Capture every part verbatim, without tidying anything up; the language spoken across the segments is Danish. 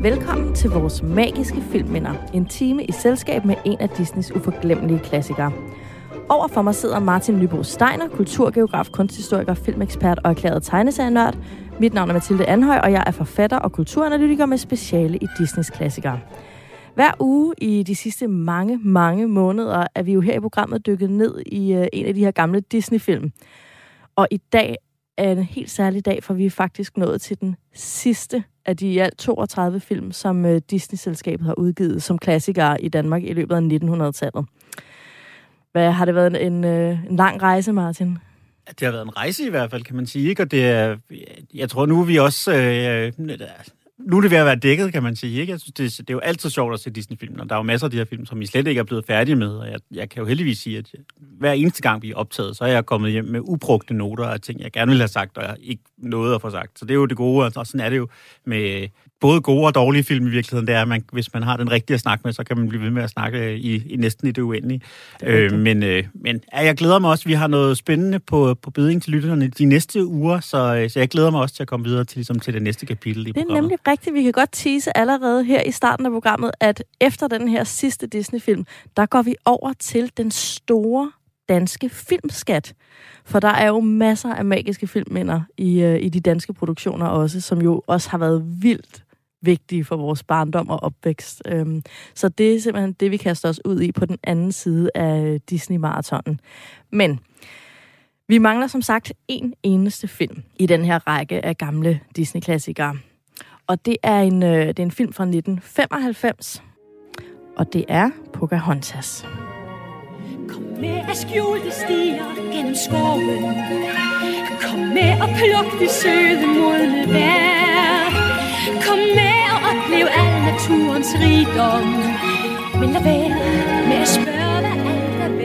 Velkommen til vores magiske filmminder. En time i selskab med en af Disneys uforglemmelige klassikere. Over for mig sidder Martin Nybo Steiner, kulturgeograf, kunsthistoriker, filmekspert og erklæret tegneserienørd. Mit navn er Mathilde Anhøj, og jeg er forfatter og kulturanalytiker med speciale i Disneys klassikere. Hver uge i de sidste mange, mange måneder er vi jo her i programmet dykket ned i uh, en af de her gamle Disney-film. Og i dag er en helt særlig dag, for vi er faktisk nået til den sidste af de i alt toogtredive film, som uh, Disney-selskabet har udgivet som klassikere i Danmark i løbet af nitten hundrede-tallet. Hvad har det været en, en, en lang rejse, Martin? Det har været en rejse i hvert fald, kan man sige, ikke? Og det er, jeg tror, nu er vi også... Øh, nu er det ved at være dækket, kan man sige, ikke? Jeg synes, det, det er jo altid sjovt at se Disney-film, og der er jo masser af de her film, som vi slet ikke er blevet færdige med, og jeg, jeg kan jo heldigvis sige, at hver eneste gang, vi er optaget, så er jeg kommet hjem med ubrugte noter af ting, jeg gerne ville have sagt, og jeg har ikke noget at få sagt. Så det er jo det gode, og sådan er det jo med både gode og dårlige film i virkeligheden. Det er, at man, hvis man har den rigtige at snakke med, så kan man blive ved med at snakke i, i næsten i det uendelige. Det øh, men øh, men ja, jeg glæder mig også, vi har noget spændende på, på beding til lytterne de næste uger, så, så jeg glæder mig også til at komme videre til, ligesom, til det næste kapitel i programmet. Det er nemlig rigtigt. Vi kan godt tease allerede her i starten af programmet, at efter den her sidste Disney-film, der går vi over til den store danske filmskat. For der er jo masser af magiske filmminder i, øh, i de danske produktioner også, som jo også har været vildt vigtige for vores barndom og opvækst. Øhm, så det er simpelthen det, vi kaster os ud i på den anden side af Disney-maratonen. Men vi mangler som sagt en eneste film i den her række af gamle Disney-klassikere. Og det er en, øh, det er en film fra nitten femoghalvfems, og det er Pocahontas. Kom med af skjulte stier gennem skoven. Kom med og pluk de søde modne bær. Kom med og oplev al naturens rigdom. Men lad være med at spørge, hvad alt er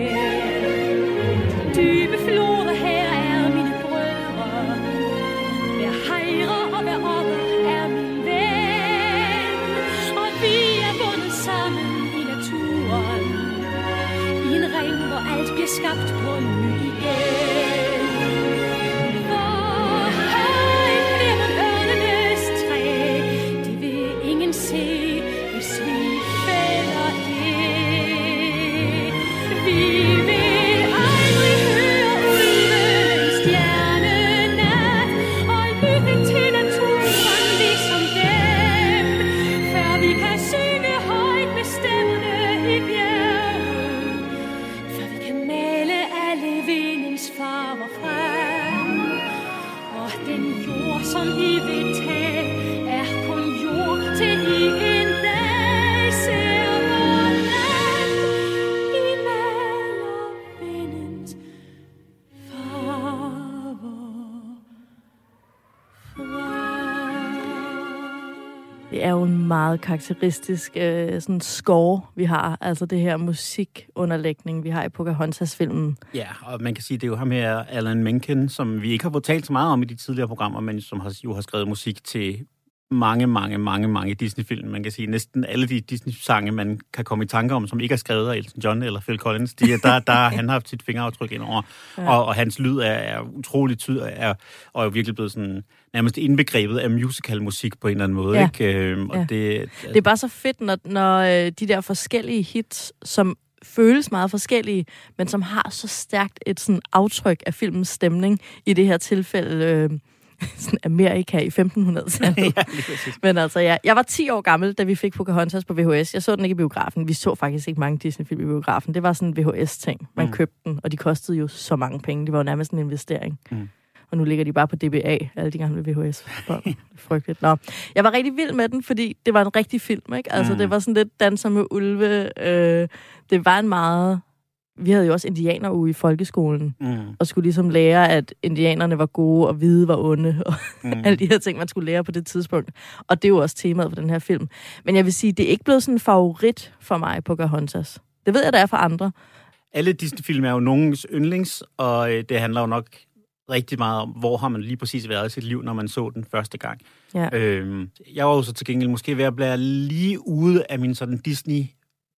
værd. Dybe floder her er mine brødre. Hver hejre og hver oppe er min ven. Og vi er bundet sammen i naturen. I en ring, hvor alt bliver skabt på ny igen. Hvor højt bliver man ørnenes træ? Det vil ingen se, hvis vi fælder det. Vi vil aldrig høre ulvens stjernenat og lytte til naturen ligesom dem, før vi kan synge højt med stemmerne i bjerget, før vi kan male alle vindens farver frem. Og den jord, som I vil tage, er kun jord til I en dag ser vores land. I maler vindens farver frem. Det er jo en meget karakteristisk øh, sådan score, vi har. Altså det her musikunderlægning, vi har i Pocahontas-filmen. Ja, og man kan sige, det er jo ham her, Alan Menken, som vi ikke har fået talt så meget om i de tidligere programmer, men som har, jo har skrevet musik til mange, mange, mange, mange Disney-film. Man kan sige, næsten alle de Disney-sange, man kan komme i tanke om, som ikke er skrevet af Elton John eller Phil Collins, de er, der, der han har haft sit fingeraftryk indover. Ja. Og, og hans lyd er, er utroligt tydelig, er, og er virkelig blevet sådan nærmest indbegrebet af musical-musik på en eller anden måde. Ja. Ikke? Øhm, og ja. det, det er bare så fedt, når, når de der forskellige hits, som føles meget forskellige, men som har så stærkt et sådan aftryk af filmens stemning, i det her tilfælde øh, sådan Amerika i femten hundrede-tallet. Ja, men altså, ja, jeg var ti år gammel, da vi fik Pocahontas på V H S. Jeg så den ikke i biografen. Vi så faktisk ikke mange Disney-film i biografen. Det var sådan en V H S-ting. Man mm. købte den, og de kostede jo så mange penge. Det var jo nærmest en investering. Mm. Og nu ligger de bare på D B A, alle de gamle V H S. Frygteligt. Nå. Jeg var rigtig vild med den, fordi det var en rigtig film, ikke? Altså, mm. det var sådan lidt Danser med ulve. Øh, det var en meget... Vi havde jo også indianeruge i folkeskolen, mm. og skulle ligesom lære, at indianerne var gode, og hvide var onde, og mm. alle de her ting, man skulle lære på det tidspunkt. Og det er jo også temaet for den her film. Men jeg vil sige, det er ikke blevet sådan en favorit for mig, Pocahontas. Det ved jeg, der er for andre. Alle Disney-film er jo nogens yndlings, og det handler jo nok rigtig meget om, hvor har man lige præcis været i sit liv, når man så den første gang. Ja. Øhm, jeg var jo så til gengæld måske ved at blive lige ude af min sådan Disney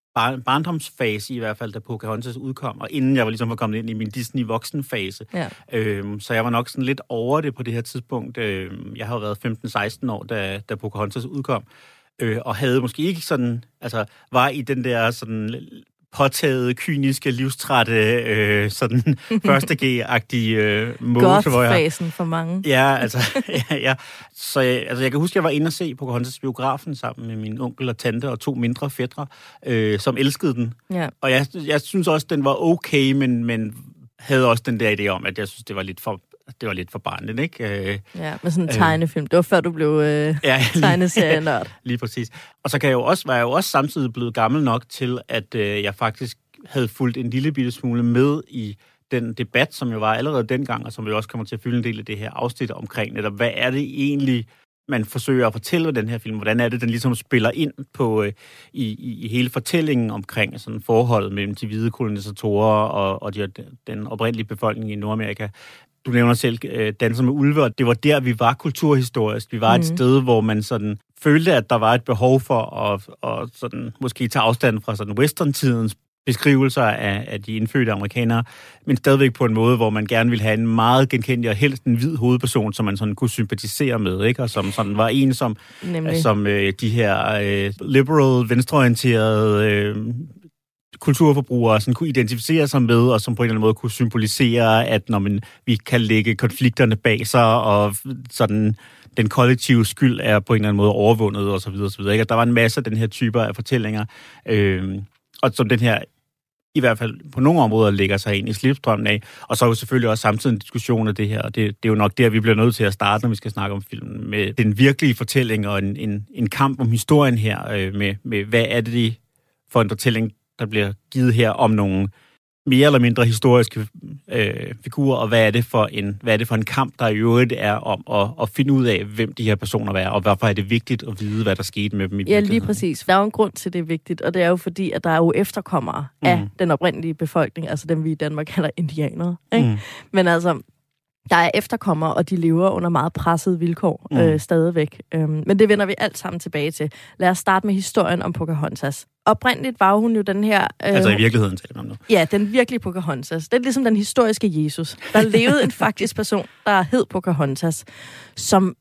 bar- barndomsfase i hvert fald, da Pocahontas udkom, og inden jeg var ligesom var kommet ind i min Disney-voksenfase. Ja. Øhm, så jeg var nok sådan lidt over det på det her tidspunkt. Øhm, jeg havde været femten seksten år, da, da Pocahontas udkom, øh, og havde måske ikke sådan, altså var i den der sådan påtaget, kyniske, livstrætte, øh, sådan første G-agtige øh, mode. Goth-fasen for mange. Ja, altså, ja, ja. Så jeg, altså, jeg kan huske, at jeg var inde og se Pocahontas biografen sammen med min onkel og tante og to mindre fætre, øh, som elskede den. Ja. Og jeg, jeg synes også, den var okay, men, men havde også den der idé om, at jeg synes, det var lidt for, det var lidt for barnligt, ikke? Øh, ja, med sådan en tegnefilm. Det var før, du blev øh, ja, tegneserienørd. Lige præcis. Og så kan jeg jo også, var jeg jo også samtidig blevet gammel nok til, at øh, jeg faktisk havde fulgt en lille bitte smule med i den debat, som jo var allerede dengang, og som jo også kommer til at fylde en del af det her afsnit omkring netop, hvad er det egentlig, man forsøger at fortælle ved den her film? Hvordan er det, den ligesom spiller ind på øh, i, i, i hele fortællingen omkring sådan forholdet mellem de hvide kolonisatorer og, og de, den oprindelige befolkning i Nordamerika? Du nævner selv øh, Danser med ulve, og det var der, vi var kulturhistorisk. Vi var mm. et sted, hvor man sådan følte, at der var et behov for at, at sådan, måske tage afstand fra sådan western-tidens beskrivelser af, af de indfødte amerikanere, men stadigvæk på en måde, hvor man gerne ville have en meget genkendelig og helst en hvid hovedperson, som man sådan kunne sympatisere med, ikke? Og som sådan var en, som, som øh, de her øh, liberal, venstreorienterede øh, kulturforbrugere sådan kunne identificere sig med, og som på en eller anden måde kunne symbolisere, at når man, vi kan lægge konflikterne bag sig, og sådan den kollektive skyld er på en eller anden måde overvundet, og så videre, og så videre, ikke? Og der var en masse af den her typer af fortællinger, øh, og som den her i hvert fald på nogle områder lægger sig ind i slipstrømmen af. Og så er jo selvfølgelig også samtidig en diskussion af det her, og det, det er jo nok der, vi bliver nødt til at starte, når vi skal snakke om filmen, med den virkelige fortælling og en, en, en kamp om historien her, øh, med, med hvad er det for en fortælling, der bliver givet her om nogle mere eller mindre historiske øh, figurer, og hvad er det for en hvad er det for en kamp, der i øvrigt er om at, at finde ud af, hvem de her personer er, og hvorfor er det vigtigt at vide, hvad der skete med dem i Ja, lige præcis. Der er jo en grund til, det er vigtigt, og det er jo fordi, at der er jo efterkommere mm. af den oprindelige befolkning, altså dem, vi i Danmark kalder indianere. Ikke? Mm. Men altså, der er efterkommere, og de lever under meget pressede vilkår mm. øh, stadigvæk. Øhm, men det vender vi alt sammen tilbage til. Lad os starte med historien om Pocahontas. Oprindeligt var hun jo den her... Øh, altså i virkeligheden taler man om nu. Ja, den virkelige Pocahontas. Det er ligesom den historiske Jesus. Der levede en faktisk person, der hed Pocahontas, som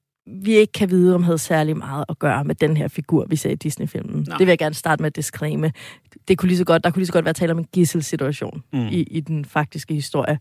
vi ikke kan vide, om havde særlig meget at gøre med den her figur, vi ser i Disney-filmen. No. Det vil jeg gerne starte med at diskrime. Det kunne lige så godt, der kunne lige så godt være tale om en gisselsituation mm. i, i den faktiske historie.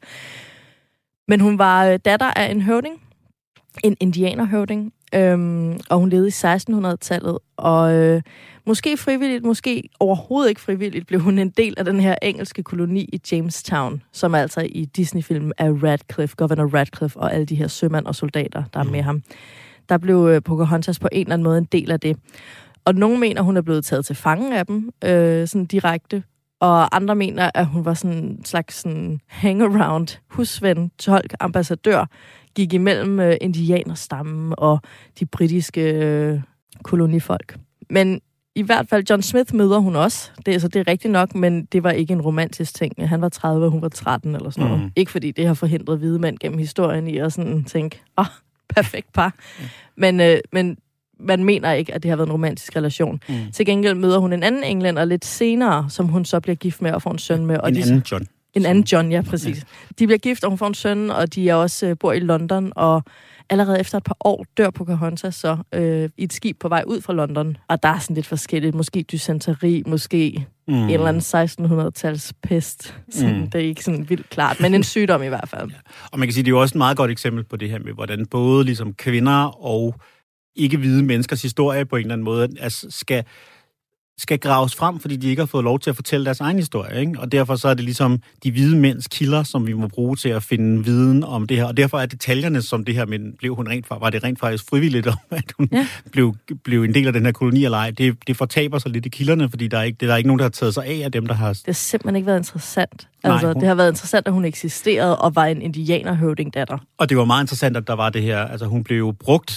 Men hun var datter af en høvding, en indianerhøvding, øhm, og hun levede i sekstenhundredetallet, og øh, måske frivilligt, måske overhovedet ikke frivilligt, blev hun en del af den her engelske koloni i Jamestown, som altså i Disney-filmen er Radcliffe, Governor Radcliffe og alle de her sømænd og soldater, der er med ham. Der blev Pocahontas på en eller anden måde en del af det. Og nogen mener, hun er blevet taget til fange af dem, øh, sådan direkte, og andre mener, at hun var sådan en slags sådan hang-around, husven, tolk, ambassadør, gik imellem øh, indianerstammen og de britiske øh, kolonifolk. Men i hvert fald, John Smith møder hun også. Det, altså, det er rigtigt nok, men det var ikke en romantisk ting. Han var tredive, og hun var tretten eller sådan noget. Mm. Ikke fordi det har forhindret hvide mænd gennem historien i at sådan tænke, åh, oh, perfekt par. Mm. Men, øh, men man mener ikke, at det har været en romantisk relation. Mm. Til gengæld møder hun en anden englænder lidt senere, som hun så bliver gift med og får en søn med. Og en de, anden John. En anden John, ja, præcis. Ja. De bliver gift, og hun får en søn, og de er også uh, bor i London, og allerede efter et par år dør Pocahontas så øh, i et skib på vej ud fra London. Og der er sådan lidt forskelligt. Måske dysenteri, måske mm. en eller anden sekstenhundredetals pest. Sådan, mm. Det er ikke sådan vildt klart, men en sygdom i hvert fald. Ja. Og man kan sige, det er jo også et meget godt eksempel på det her med, hvordan både ligesom kvinder og ikke-hvide menneskers historie på en eller anden måde altså, skal, skal graves frem, fordi de ikke har fået lov til at fortælle deres egen historie. Ikke? Og derfor så er det ligesom de hvide mænds kilder, som vi må bruge til at finde viden om det her. Og derfor er detaljerne, som det her men blev hun rent var det rent faktisk frivilligt om, at hun ja. blev, blev en del af den her koloni eller ej. Det, det fortaber sig lidt i kilderne, fordi der er ikke, det er der ikke nogen, der har taget sig af af dem, der har... Det har simpelthen ikke været interessant. Altså, Nej, hun... Det har været interessant, at hun eksisterede og var en indianerhøvding datter. Og det var meget interessant, at der var det her... Altså, hun blev jo brugt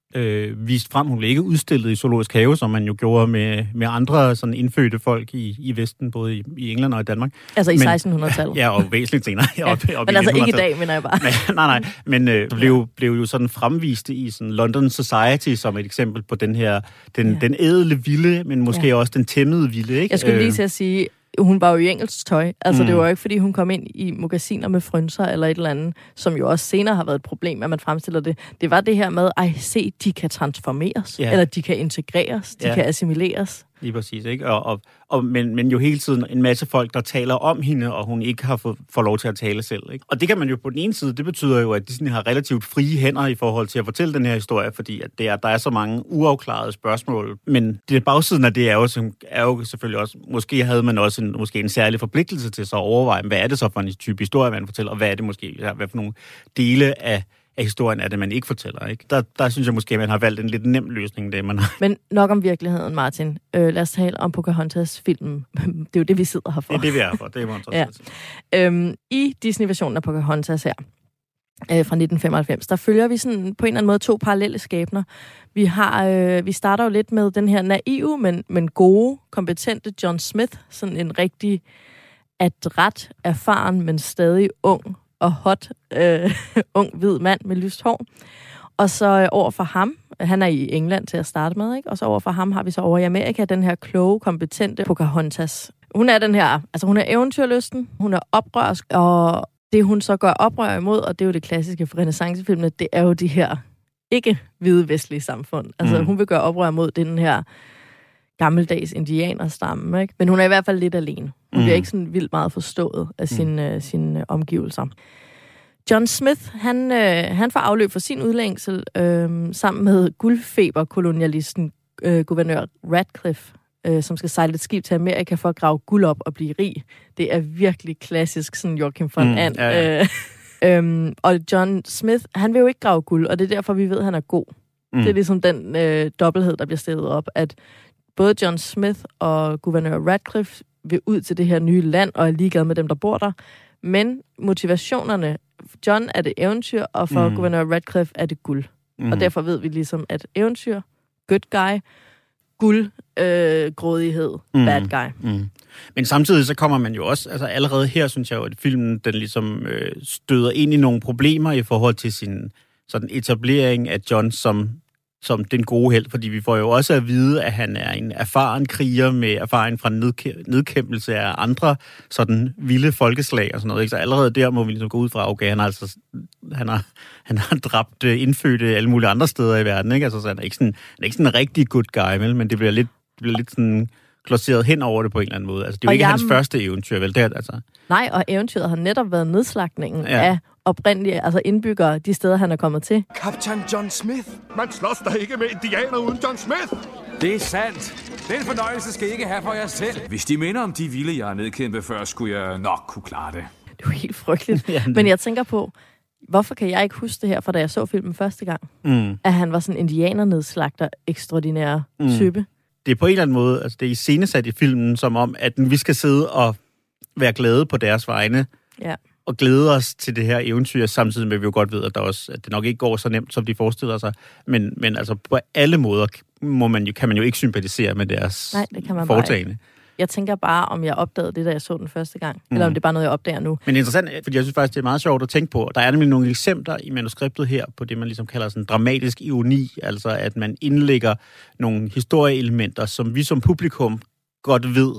øh, vist frem. Hun blev ikke udstillet i Zoologisk Have, som man jo gjorde med, med andre sådan indfødte folk i, i Vesten, både i, i England og i Danmark. Altså i men, sekstenhundredetallet? Ja, og væsentligt senere. Ja. op, op men i altså ikke i dag, mener jeg bare. Men, nej, nej. Men øh, blev, blev jo sådan fremvist i sådan London Society som et eksempel på den her, den, ja. den ædle vilde, men måske ja. også den tæmmede vilde, ikke? Jeg skulle lige til at sige, hun var jo i engelsk tøj. Altså, mm. det var jo ikke, fordi hun kom ind i magasiner med frynser eller et eller andet, som jo også senere har været et problem, at man fremstiller det. Det var det her med, ej, se, de kan transformeres, ja. eller de kan integreres, de ja. kan assimileres. Lige præcis, ikke? Og, og, og, men, men jo hele tiden en masse folk, der taler om hende, og hun ikke har fået, får lov til at tale selv, ikke? Og det kan man jo på den ene side, det betyder jo, at Disney har relativt frie hænder i forhold til at fortælle den her historie, fordi at det er, der er så mange uafklarede spørgsmål. Men det bagsiden af det er jo, er jo selvfølgelig også, måske havde man også en, måske en særlig forpligtelse til så at overveje, hvad er det så for en type historie, man fortæller, og hvad er det måske, hvad for nogle dele af af historien er det, man ikke fortæller, ikke? Der, der synes jeg måske, at man har valgt en lidt nem løsning, det man har. Men nok om virkeligheden, Martin. Øh, lad os tale om Pocahontas-filmen. Det er jo det, vi sidder her for. Det er det, vi er for. Det er man ja. øhm, I Disney-versionen af Pocahontas her, øh, fra nitten femoghalvfems, der følger vi sådan på en eller anden måde to parallelle skæbner. Vi, har, øh, vi starter jo lidt med den her naive, men, men gode, kompetente John Smith, sådan en rigtig adræt, erfaren, men stadig ung og hot, øh, ung, hvid mand med lyst hår. Og så øh, over for ham, han er i England til at starte med, ikke? Og så over for ham har vi så over i Amerika den her kloge, kompetente Pocahontas. Hun er den her, altså hun er eventyrlysten, hun er oprørsk, og det hun så gør oprør imod, og det er jo det klassiske for renæssancefilmene, det er jo de her ikke-hvide vestlige samfund. Altså mm. hun vil gøre oprør imod den her gammeldags indianerstamme, ikke? Men hun er i hvert fald lidt alene. Hun mm. bliver ikke sådan vildt meget forstået af sine, mm. sine omgivelser. John Smith, han, øh, han får afløb for sin udlængsel øh, sammen med guldfeberkolonialisten øh, guvernør Radcliffe, øh, som skal sejle et skib til Amerika for at grave guld op og blive rig. Det er virkelig klassisk, sådan Joachim von mm, And. Ja, ja. Øh, øh, og John Smith, han vil jo ikke grave guld, og det er derfor, vi ved, at han er god. Mm. Det er ligesom den øh, dobbelthed, der bliver stillet op, at både John Smith og guvernør Radcliffe vil ud til det her nye land, og er ligeglad med dem, der bor der. Men motivationerne, John er det eventyr, og for mm. guvernør Radcliffe er det guld. Mm. Og derfor ved vi ligesom, at eventyr, good guy, guld, øh, grådighed, mm. bad guy. Mm. Men samtidig så kommer man jo også, altså allerede her synes jeg jo, at filmen den ligesom øh, støder ind i nogle problemer i forhold til sin sådan etablering af John som som den gode held, fordi vi får jo også at vide, at han er en erfaren kriger med erfaring fra nedkæ- nedkæmpelse af andre sådan vilde folkeslag og sådan noget. Ikke? Så allerede der må vi ligesom gå ud fra, okay, han har altså han har, han har dræbt indfødte alle mulige andre steder i verden, ikke? Altså, så han er ikke sådan, han er ikke sådan en rigtig good guy, vel? Men det bliver lidt, det bliver lidt sådan klodseret hen over det på en eller anden måde. Altså, det er jo og ikke jeg... hans første eventyr, vel? Det er, altså. Nej, og eventyret har netop været nedslagningen ja. af oprindelige, altså indbyggere, de steder, han er kommet til. Kaptajn John Smith. Man slås da ikke med indianer uden John Smith. Det er sandt. Den fornøjelse skal I ikke have for jer selv. Hvis de minder om de vilde, jeg har nedkæmpet før, skulle jeg nok kunne klare det. Det er jo helt frygteligt. ja, det... Men jeg tænker på, hvorfor kan jeg ikke huske det her, fra da jeg så filmen første gang? Mm. At han var sådan en indianernedslagter, ekstraordinær mm. type. Det er på en eller anden måde, altså det er iscenesat i filmen, som om, at vi skal sidde og være glade på deres vegne. Ja. Og glæde os til det her eventyr, samtidig med, at vi jo godt ved, at, der også, at det nok ikke går så nemt, som de forestiller sig. Men, men altså på alle måder må man jo, kan man jo ikke sympatisere med deres Nej, det kan man foretagende. Jeg tænker bare, om jeg opdagede det, da jeg så den første gang. Mm. Eller om det er bare noget, jeg opdager nu. Men interessant, fordi jeg synes faktisk, det er meget sjovt at tænke på. Der er nemlig nogle eksempler i manuskriptet her, på det, man ligesom kalder sådan dramatisk ironi. Altså, at man indlægger nogle historieelementer, som vi som publikum godt ved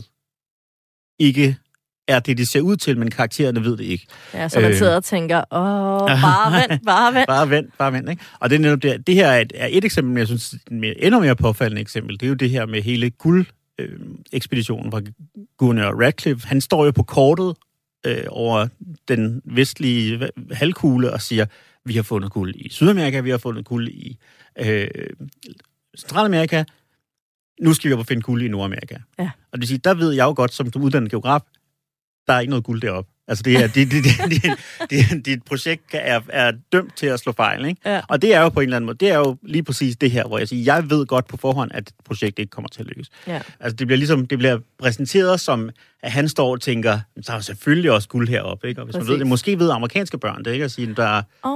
ikke er det, de ser ud til, men karaktererne ved det ikke. Ja, så man sidder og tænker, åh, bare vent, bare vent. bare vent, bare vent, ikke? Og det er netop det. Det her er et, er et eksempel, men jeg synes, et endnu mere påfaldende eksempel, det er jo det her med hele guldekspeditionen fra guvernør Radcliffe. Han står jo på kortet øh, over den vestlige halvkugle og siger, vi har fundet guld i Sydamerika, vi har fundet guld i øh, Centralamerika, nu skal vi op og finde guld i Nordamerika. Ja. Og det vil sige, der ved jeg jo godt, som uddannet geograf, der er ikke noget guld deroppe. Altså, det er, det, det, det, det, det, dit projekt er, er dømt til at slå fejl, ikke? Ja. Og det er jo på en eller anden måde, det er jo lige præcis det her, hvor jeg siger, jeg ved godt på forhånd, at projektet ikke kommer til at lykkes. Ja. Altså, det bliver ligesom, det bliver præsenteret som, at han står og tænker, så er selvfølgelig også guld heroppe, ikke? Og hvis præcis. Man ved det, måske ved amerikanske børn det, ikke? At sige, der Åh, oh,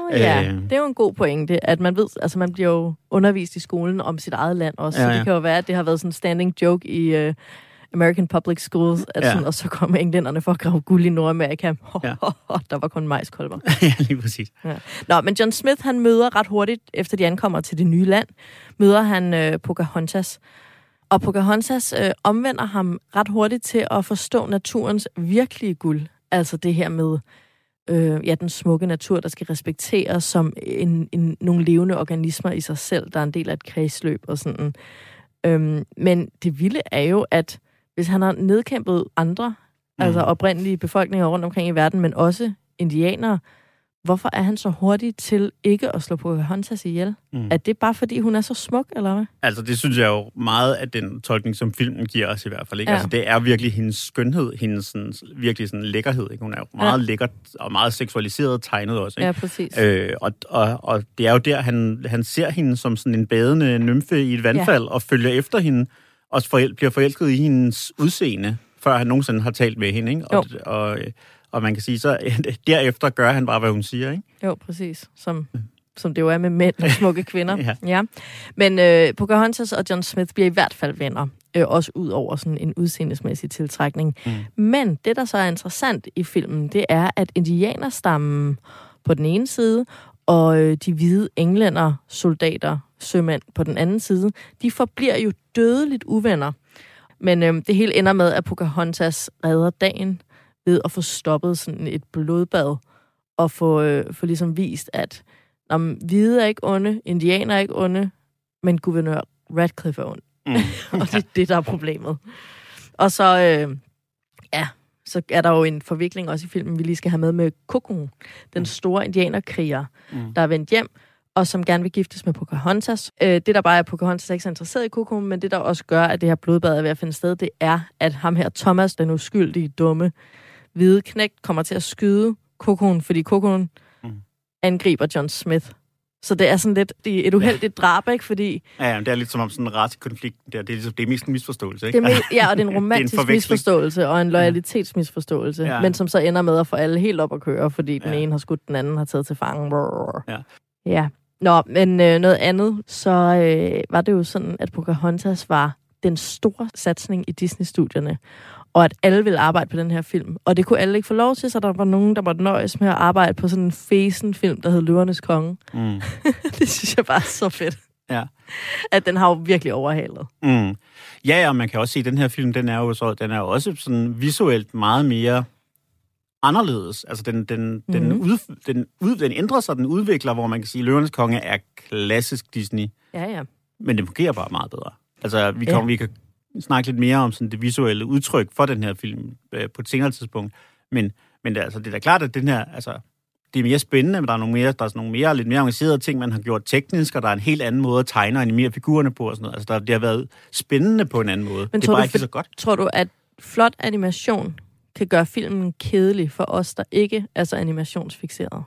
ja, Øh. det er jo en god pointe, at man ved, altså man bliver jo undervist i skolen om sit eget land også, Ja, ja. så det kan jo være, at det har været sådan en standing joke i uh, American Public Schools, at Ja. sådan, og så kommer englænderne for at grave guld i Nordamerika. Ja. Der var kun majskolber. ja, lige præcis. Ja. Nå, men John Smith, han møder ret hurtigt, efter de ankommer til det nye land, møder han øh, Pocahontas. Og Pocahontas øh, omvender ham ret hurtigt til at forstå naturens virkelige guld. Altså det her med øh, ja, den smukke natur, der skal respekteres som en, en, nogle levende organismer i sig selv, der er en del af et kredsløb og sådan. Øhm, men det vilde er jo, at hvis han har nedkæmpet andre, mm. altså oprindelige befolkninger rundt omkring i verden, men også indianere, hvorfor er han så hurtig til ikke at slå Pocahontas ihjel? Mm. Er det bare, fordi hun er så smuk, eller hvad? Altså, det synes jeg jo meget af den tolkning, som filmen giver os i hvert fald. Ikke? Ja. Altså, det er virkelig hendes skønhed, hendes sådan, virkelig sådan lækkerhed. Ikke? Hun er jo meget ja. lækkert og meget seksualiseret tegnet også. Ikke? Ja, præcis. Øh, og, og, og det er jo der, han, han ser hende som sådan en badende nymfe i et vandfald, ja. og følger efter hende, og forel, bliver forelsket i hendes udseende, før han nogensinde har talt med hende. Ikke? Og, og, og man kan sige, så derefter gør han bare, hvad hun siger. Ikke? Jo, præcis. Som, som det jo er med mænd og smukke kvinder. ja. Ja. Men øh, Pocahontas og John Smith bliver i hvert fald venner. Øh, også ud over sådan en udseendesmæssig tiltrækning. Mm. Men det, der så er interessant i filmen, det er, at indianerstammen på den ene side, og øh, de hvide englænder, soldater, sømænd på den anden side, de forbliver jo dødeligt uvenner. Men øh, det hele ender med, at Pocahontas redder dagen ved at få stoppet sådan et blodbad, og få, øh, få ligesom vist, at om, hvide er ikke onde, indianer er ikke onde, men guvernør Radcliffe er ond. Mm. og det er det, der er problemet. Og så, øh, ja, så er der jo en forvikling også i filmen, vi lige skal have med med Kokon, den store indianerkriger, mm. der er vendt hjem, og som gerne vil giftes med Pocahontas. Øh, det, der bare er, Pocahontas er ikke så interesseret i Kokon, men det, der også gør, at det her blodbad er ved at finde sted, det er, at ham her, Thomas, den uskyldige, dumme, hvide knægt, kommer til at skyde Kokon, fordi Kokon mm. angriber John Smith. Så det er sådan lidt et uheldigt drab, ikke? Fordi... Ja, ja, det er lidt som om sådan en racekonflikt der. Det er, ligesom, det er mest en misforståelse, ikke? Det er, ja, og det er en romantisk det er en misforståelse og en loyalitetsmisforståelse, ja. Men som så ender med at få alle helt op at køre, fordi den ja. ene har skudt, den anden har taget til fange. Ja. Ja. Nå, men øh, noget andet, så øh, var det jo sådan, at Pocahontas var den store satsning i Disney-studierne, og at alle ville arbejde på den her film. Og det kunne alle ikke få lov til, så der var nogen, der måtte nøjes med at arbejde på sådan en fesen-film, der hed Løvernes Konge. Mm. Det synes jeg bare er så fedt. Ja. At den har jo virkelig overhalet. Mm. Ja, og man kan også se, at den her film, den er jo, så, den er jo også sådan visuelt meget mere anderledes. Altså, den, den, mm. den, ud, den, ud, den ændrer sig, den udvikler, hvor man kan sige, at Løvernes Konge er klassisk Disney. Ja, ja. Men det fungerer bare meget bedre. Altså, vi, kan, ja. vi kan snakke lidt mere om sådan det visuelle udtryk for den her film øh, på et senere tidspunkt. Men, men det, altså, det er da klart, at den her, altså, det er mere spændende, men der er nogle mere, der er sådan nogle mere, lidt mere avancerede ting, man har gjort teknisk, og der er en helt anden måde at tegne og animere figurerne på og sådan noget. Altså, der, det har været spændende på en anden måde. Men det er bare du, ikke så godt. Tror du, at flot animation kan gøre filmen kedelig for os, der ikke er så animationsfixeret?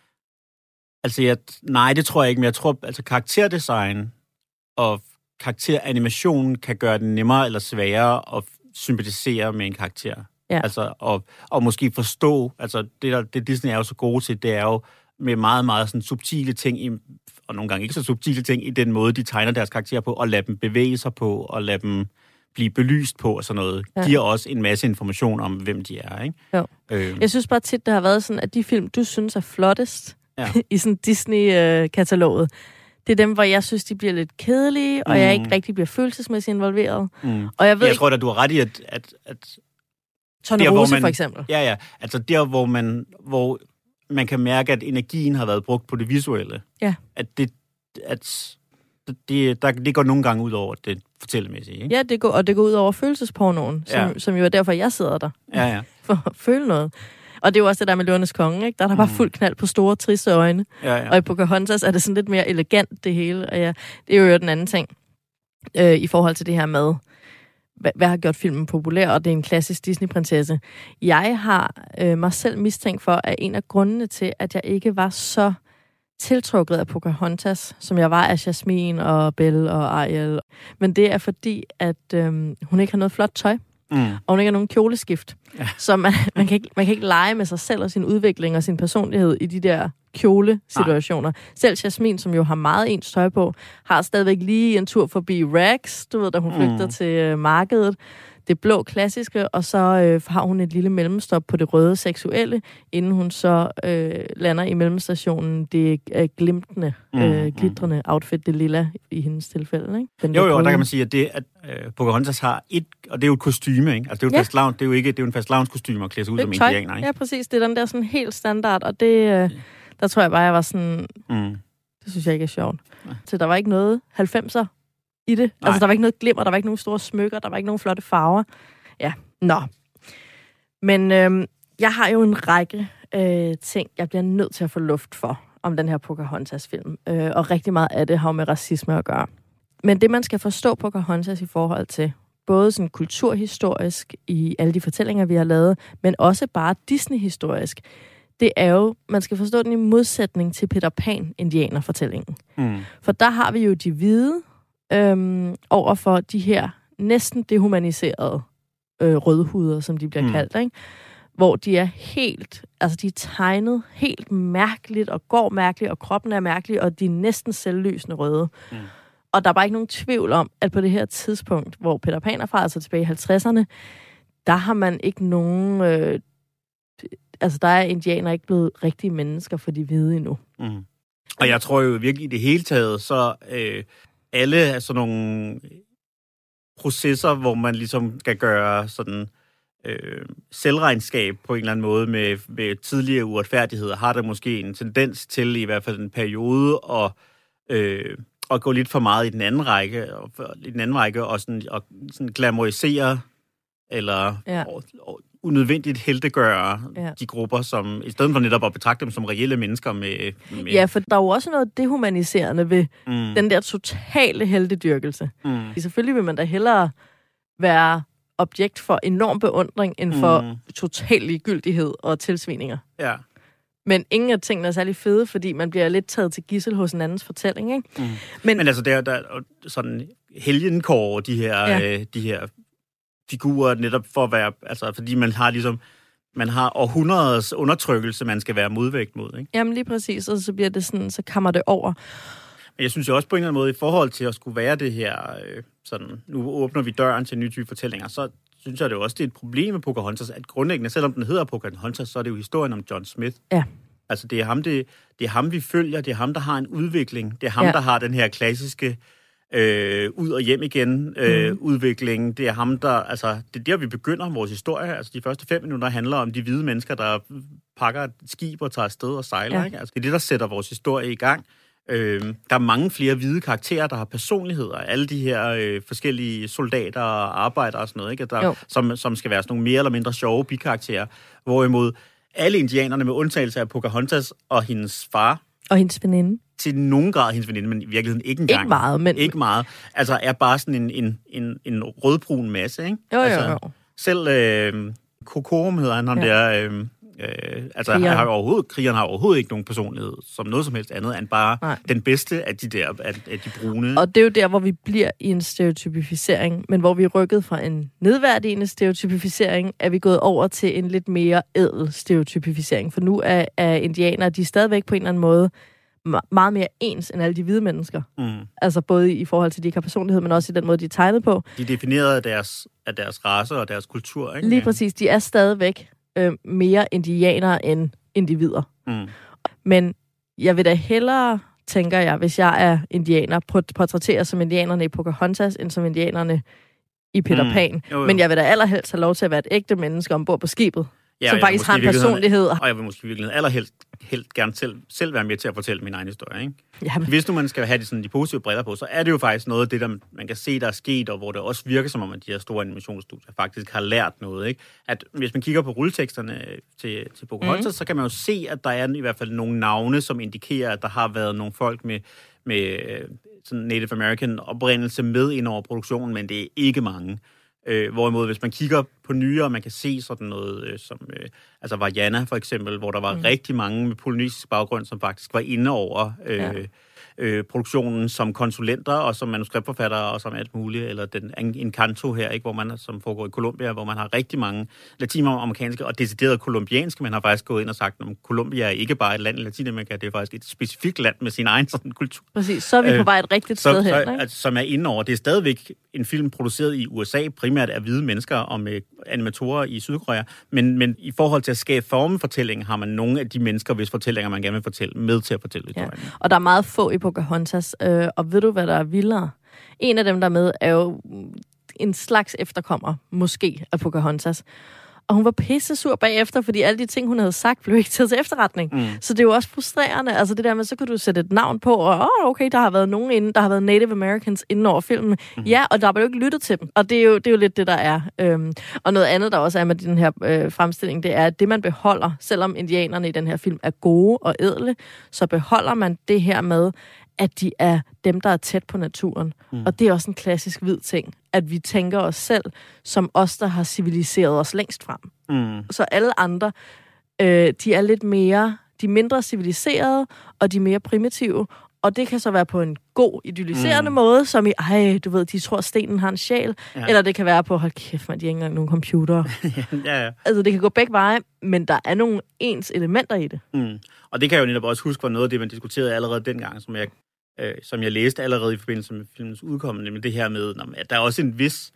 Altså, jeg, nej, det tror jeg ikke, men jeg tror, altså karakterdesign og karakteranimation kan gøre det nemmere eller sværere at sympatisere med en karakter. Ja. Altså, og, og måske forstå, altså det, der, det Disney er jo så gode til, det er jo med meget, meget sådan subtile ting, i, og nogle gange ikke så subtile ting, i den måde, de tegner deres karakterer på, og lade dem bevæge sig på, og lade dem blive belyst på, og sådan noget, ja. Giver også en masse information om, hvem de er, ikke? Jo. Øh. Jeg synes bare tit, det har været sådan, at de film, du synes er flottest, ja. I sådan Disney-kataloget, det er dem, hvor jeg synes, de bliver lidt kedelige, og mm. jeg ikke rigtig bliver følelsesmæssigt involveret. Mm. Og jeg ved jeg ikke... tror da, du har ret i, at... at, at Tornerose, man, for eksempel. Ja, ja. Altså der, hvor man, hvor man kan mærke, at energien har været brugt på det visuelle. Ja. At det... At det, der, det går nogle gange ud over det fortællemæssige, ikke? Ja, det går, og det går ud over følelsespornoen, som, ja. som jo er derfor, jeg sidder der. Ja, ja. For at føle noget. Og det er jo også det der med Løvernes Konge, ikke? Der er der bare fuld knald på store, triste øjne. Ja, ja. Og i Pocahontas er det sådan lidt mere elegant, det hele. Og ja, det er jo den anden ting, øh, i forhold til det her med, hvad, hvad har gjort filmen populær, og det er en klassisk Disney-prinsesse. Jeg har øh, mig selv mistænkt for, at en af grundene til, at jeg ikke var så tiltrukket af Pocahontas, som jeg var af Jasmine og Belle og Ariel. Men det er fordi, at øh, hun ikke har noget flot tøj. Mm. Og hun ikke har nogen kjoleskift. Ja. Så man, man, kan ikke, man kan ikke lege med sig selv og sin udvikling og sin personlighed i de der kjole-situationer. Nej. Selv Jasmine, som jo har meget ens tøj på, har stadigvæk lige en tur forbi Rags, du ved, da hun flygter mm. til øh, markedet. Det blå klassiske, og så øh, har hun et lille mellemstop på det røde seksuelle, inden hun så øh, lander i mellemstationen det øh, glimtende, mm, øh, glitrende mm. outfit, det lilla i hendes tilfælde. Ikke? Den jo, jo, der kan man sige, at, det, at øh, Pocahontas har et, og det er jo et kostyme, ikke? Altså, det er jo, ja. fastlavn, det er jo ikke, det er jo en fastlavnskostyme at klæde sig ud som indianer, ikke? Ja, præcis. Det er den der sådan helt standard, og det, øh, der tror jeg bare, jeg var sådan, mm. det synes jeg ikke er sjovt. Ja. Så der var ikke noget halvfemser i det. Nej. Altså, der var ikke noget glimmer, der var ikke nogen store smykker, der var ikke nogen flotte farver. Ja, nå. Men øhm, jeg har jo en række øh, ting, jeg bliver nødt til at få luft for om den her Pocahontas-film. Øh, og rigtig meget af det har med racisme at gøre. Men det, man skal forstå Pocahontas i forhold til, både sådan kulturhistorisk i alle de fortællinger, vi har lavet, men også bare Disney-historisk, det er jo, man skal forstå den i modsætning til Peter Pan-indianer-fortællingen. Mm. For der har vi jo de hvide, Øhm, over for de her næsten dehumaniserede øh, rødhuder, som de bliver mm. kaldt, ikke? Hvor de er helt, altså de er tegnet helt mærkeligt, og går mærkeligt, og kroppen er mærkelig, og de er næsten selvlysende røde. Mm. Og der er bare ikke nogen tvivl om, at på det her tidspunkt, hvor Peter Pan er fra, altså tilbage i halvtredserne, der har man ikke nogen, øh, altså der er indianer ikke blevet rigtige mennesker for de hvide endnu. Mm. Og jeg tror jo virkelig i det hele taget, så øh, alle er sådan nogle processer, hvor man ligesom skal gøre sådan øh, selvregnskab på en eller anden måde med, med tidligere uretfærdigheder, har der måske en tendens til i hvert fald en periode at, øh, at gå lidt for meget i den anden række, og, i den anden række og sådan, og sådan glamorisere eller ja. og, og unødvendigt heltegøre ja. de grupper, som i stedet for netop at betragte dem som reelle mennesker med... med ja, for der er jo også noget dehumaniserende ved mm. den der totale heltedyrkelse. Mm. Selvfølgelig vil man da hellere være objekt for enorm beundring, end for mm. total ligegyldighed og tilsvininger. Ja. Men ingen af tingene er særlig fede, fordi man bliver lidt taget til gidsel hos en andens fortælling, ikke? Mm. Men, Men altså, der er sådan helgenkår, de her, ja. øh, de her figurer, netop for at være, altså fordi man har ligesom, man har århundreders undertrykkelse, man skal være modvægt mod, ikke? Jamen lige præcis, og så bliver det sådan, så kammer det over. Men jeg synes jo også på en eller anden måde, i forhold til at skulle være det her, øh, sådan, nu åbner vi døren til nye type fortællinger, så synes jeg det jo også, det er et problem med Pocahontas, at grundlæggende, selvom den hedder Pocahontas, så er det jo historien om John Smith. Ja. Altså det er ham, det, det er ham vi følger, det er ham, der har en udvikling, det er ham, ja. der har den her klassiske Øh, ud og hjem igen øh, mm. udvikling. Det er ham, der, altså, det er der, vi begynder vores historie. Altså, de første fem minutter handler om de hvide mennesker, der pakker et skib og tager afsted og sejler. Ja. Ikke? Altså, det er det, der sætter vores historie i gang. Øh, der er mange flere hvide karakterer, der har personligheder. Alle de her øh, forskellige soldater og arbejdere og sådan noget, ikke? Der, som, som skal være sådan nogle mere eller mindre sjove bikarakterer. Hvorimod alle indianerne, med undtagelse af Pocahontas og hendes far, og hendes veninde. Til nogen grad hendes veninde, men i virkeligheden ikke engang. Ikke meget, men... Ikke meget. Altså, er bare sådan en, en, en, en rødbrun masse, ikke? Jo, altså, jo, jo. Selv øh, Kokorum hedder han, ham ja. der... Øh, øh, altså, han har overhovedet, krigeren har overhovedet ikke nogen personlighed, som noget som helst andet, end bare Nej. den bedste af de der, af, af de brune. Og det er jo der, hvor vi bliver i en stereotypificering, men hvor vi er rykket fra en nedværdigende stereotypificering, er vi gået over til en lidt mere ædel stereotypificering. For nu er, er indianere, de er stadigvæk på en eller anden måde meget mere ens end alle de hvide mennesker. Mm. Altså både i forhold til, de ikke har personlighed, men også i den måde, de er tegnet på. De er defineret af deres, af deres race og deres kultur, ikke? Lige præcis. De er stadigvæk øh, mere indianere end individer. Mm. Men jeg vil da hellere, tænker jeg, hvis jeg er indianer, portrætteres som indianerne i Pocahontas, end som indianerne i Peter mm. Pan. Jo, jo. Men jeg vil da allerhelst have lov til at være et ægte menneske ombord på skibet. Ja, som faktisk har en personlighed. Og jeg vil måske virkelig allerhelst helt gerne selv, selv være med til at fortælle min egen historie, ikke? Jamen. Hvis nu man skal have de, sådan, de positive briller på, så er det jo faktisk noget af det, der man kan se, der er sket, og hvor det også virker som om, at de her store animationsstudier faktisk har lært noget, ikke? At hvis man kigger på rulleteksterne til, til Pocahontas, mm. så kan man jo se, at der er i hvert fald nogle navne, som indikerer, at der har været nogle folk med, med sådan Native American oprindelse med ind over produktionen, men det er ikke mange. Øh, hvorimod, hvis man kigger på nyere, man kan se sådan noget øh, som, øh, altså Vaiana for eksempel, hvor der var mm. rigtig mange med polynesisk baggrund, som faktisk var inde over, øh, ja. øh, produktionen som konsulenter og som manuskriptforfattere og som alt muligt, eller den Encanto her, ikke, hvor man, som foregår i Colombia, hvor man har rigtig mange latinamerikanske og deciderede kolumbianske. Man har faktisk gået ind og sagt, at Colombia er ikke bare et land i Latinamerika, det er faktisk et specifikt land med sin egen sådan kultur. Præcis, så er vi på vej et rigtigt sted hen, ikke? Altså, som er inde over. Det er stadigvæk en film produceret i U S A, primært af hvide mennesker og med animatorer i Sydkorea, men, men i forhold til at skabe formefortælling, har man nogle af de mennesker, hvis fortællinger man gerne vil fortælle, med til at fortælle historien. Ja. Og der er meget få i Pocahontas, øh, og ved du, hvad der er vildere? En af dem, der er med, er jo en slags efterkommer, måske, af Pocahontas. Og hun var pisse sur bagefter, fordi alle de ting, hun havde sagt, blev ikke taget til efterretning. Mm. Så det er jo også frustrerende. Altså det der med, så kan du sætte et navn på, og oh, okay, der har været nogen inden, der har været Native Americans inden over filmen. Mm. Ja, og der har jo ikke lyttet til dem. Og det er jo, det er jo lidt det, der er. Øhm, og noget andet, der også er med den her øh, fremstilling, det er, at det man beholder, selvom indianerne i den her film er gode og ædle, så beholder man det her med, at de er dem, der er tæt på naturen. Mm. Og det er også en klassisk hvid ting, at vi tænker os selv som os, der har civiliseret os længst frem. Mm. Så alle andre, øh, de er lidt mere, de er mindre civiliserede, og de er mere primitive. Og det kan så være på en god, idylliserende mm. måde, som i, ej, du ved, de tror, stenen har en sjæl. Ja. Eller det kan være på, hold kæft, man, de har ikke engang nogen computere. ja, ja. Altså, det kan gå begge veje, men der er nogle ens elementer i det. Mm. Og det kan jeg jo netop også huske, var noget af det, man diskuterede allerede dengang, som jeg Øh, som jeg læste allerede i forbindelse med filmens udkommende, med det her med, at der er også en vis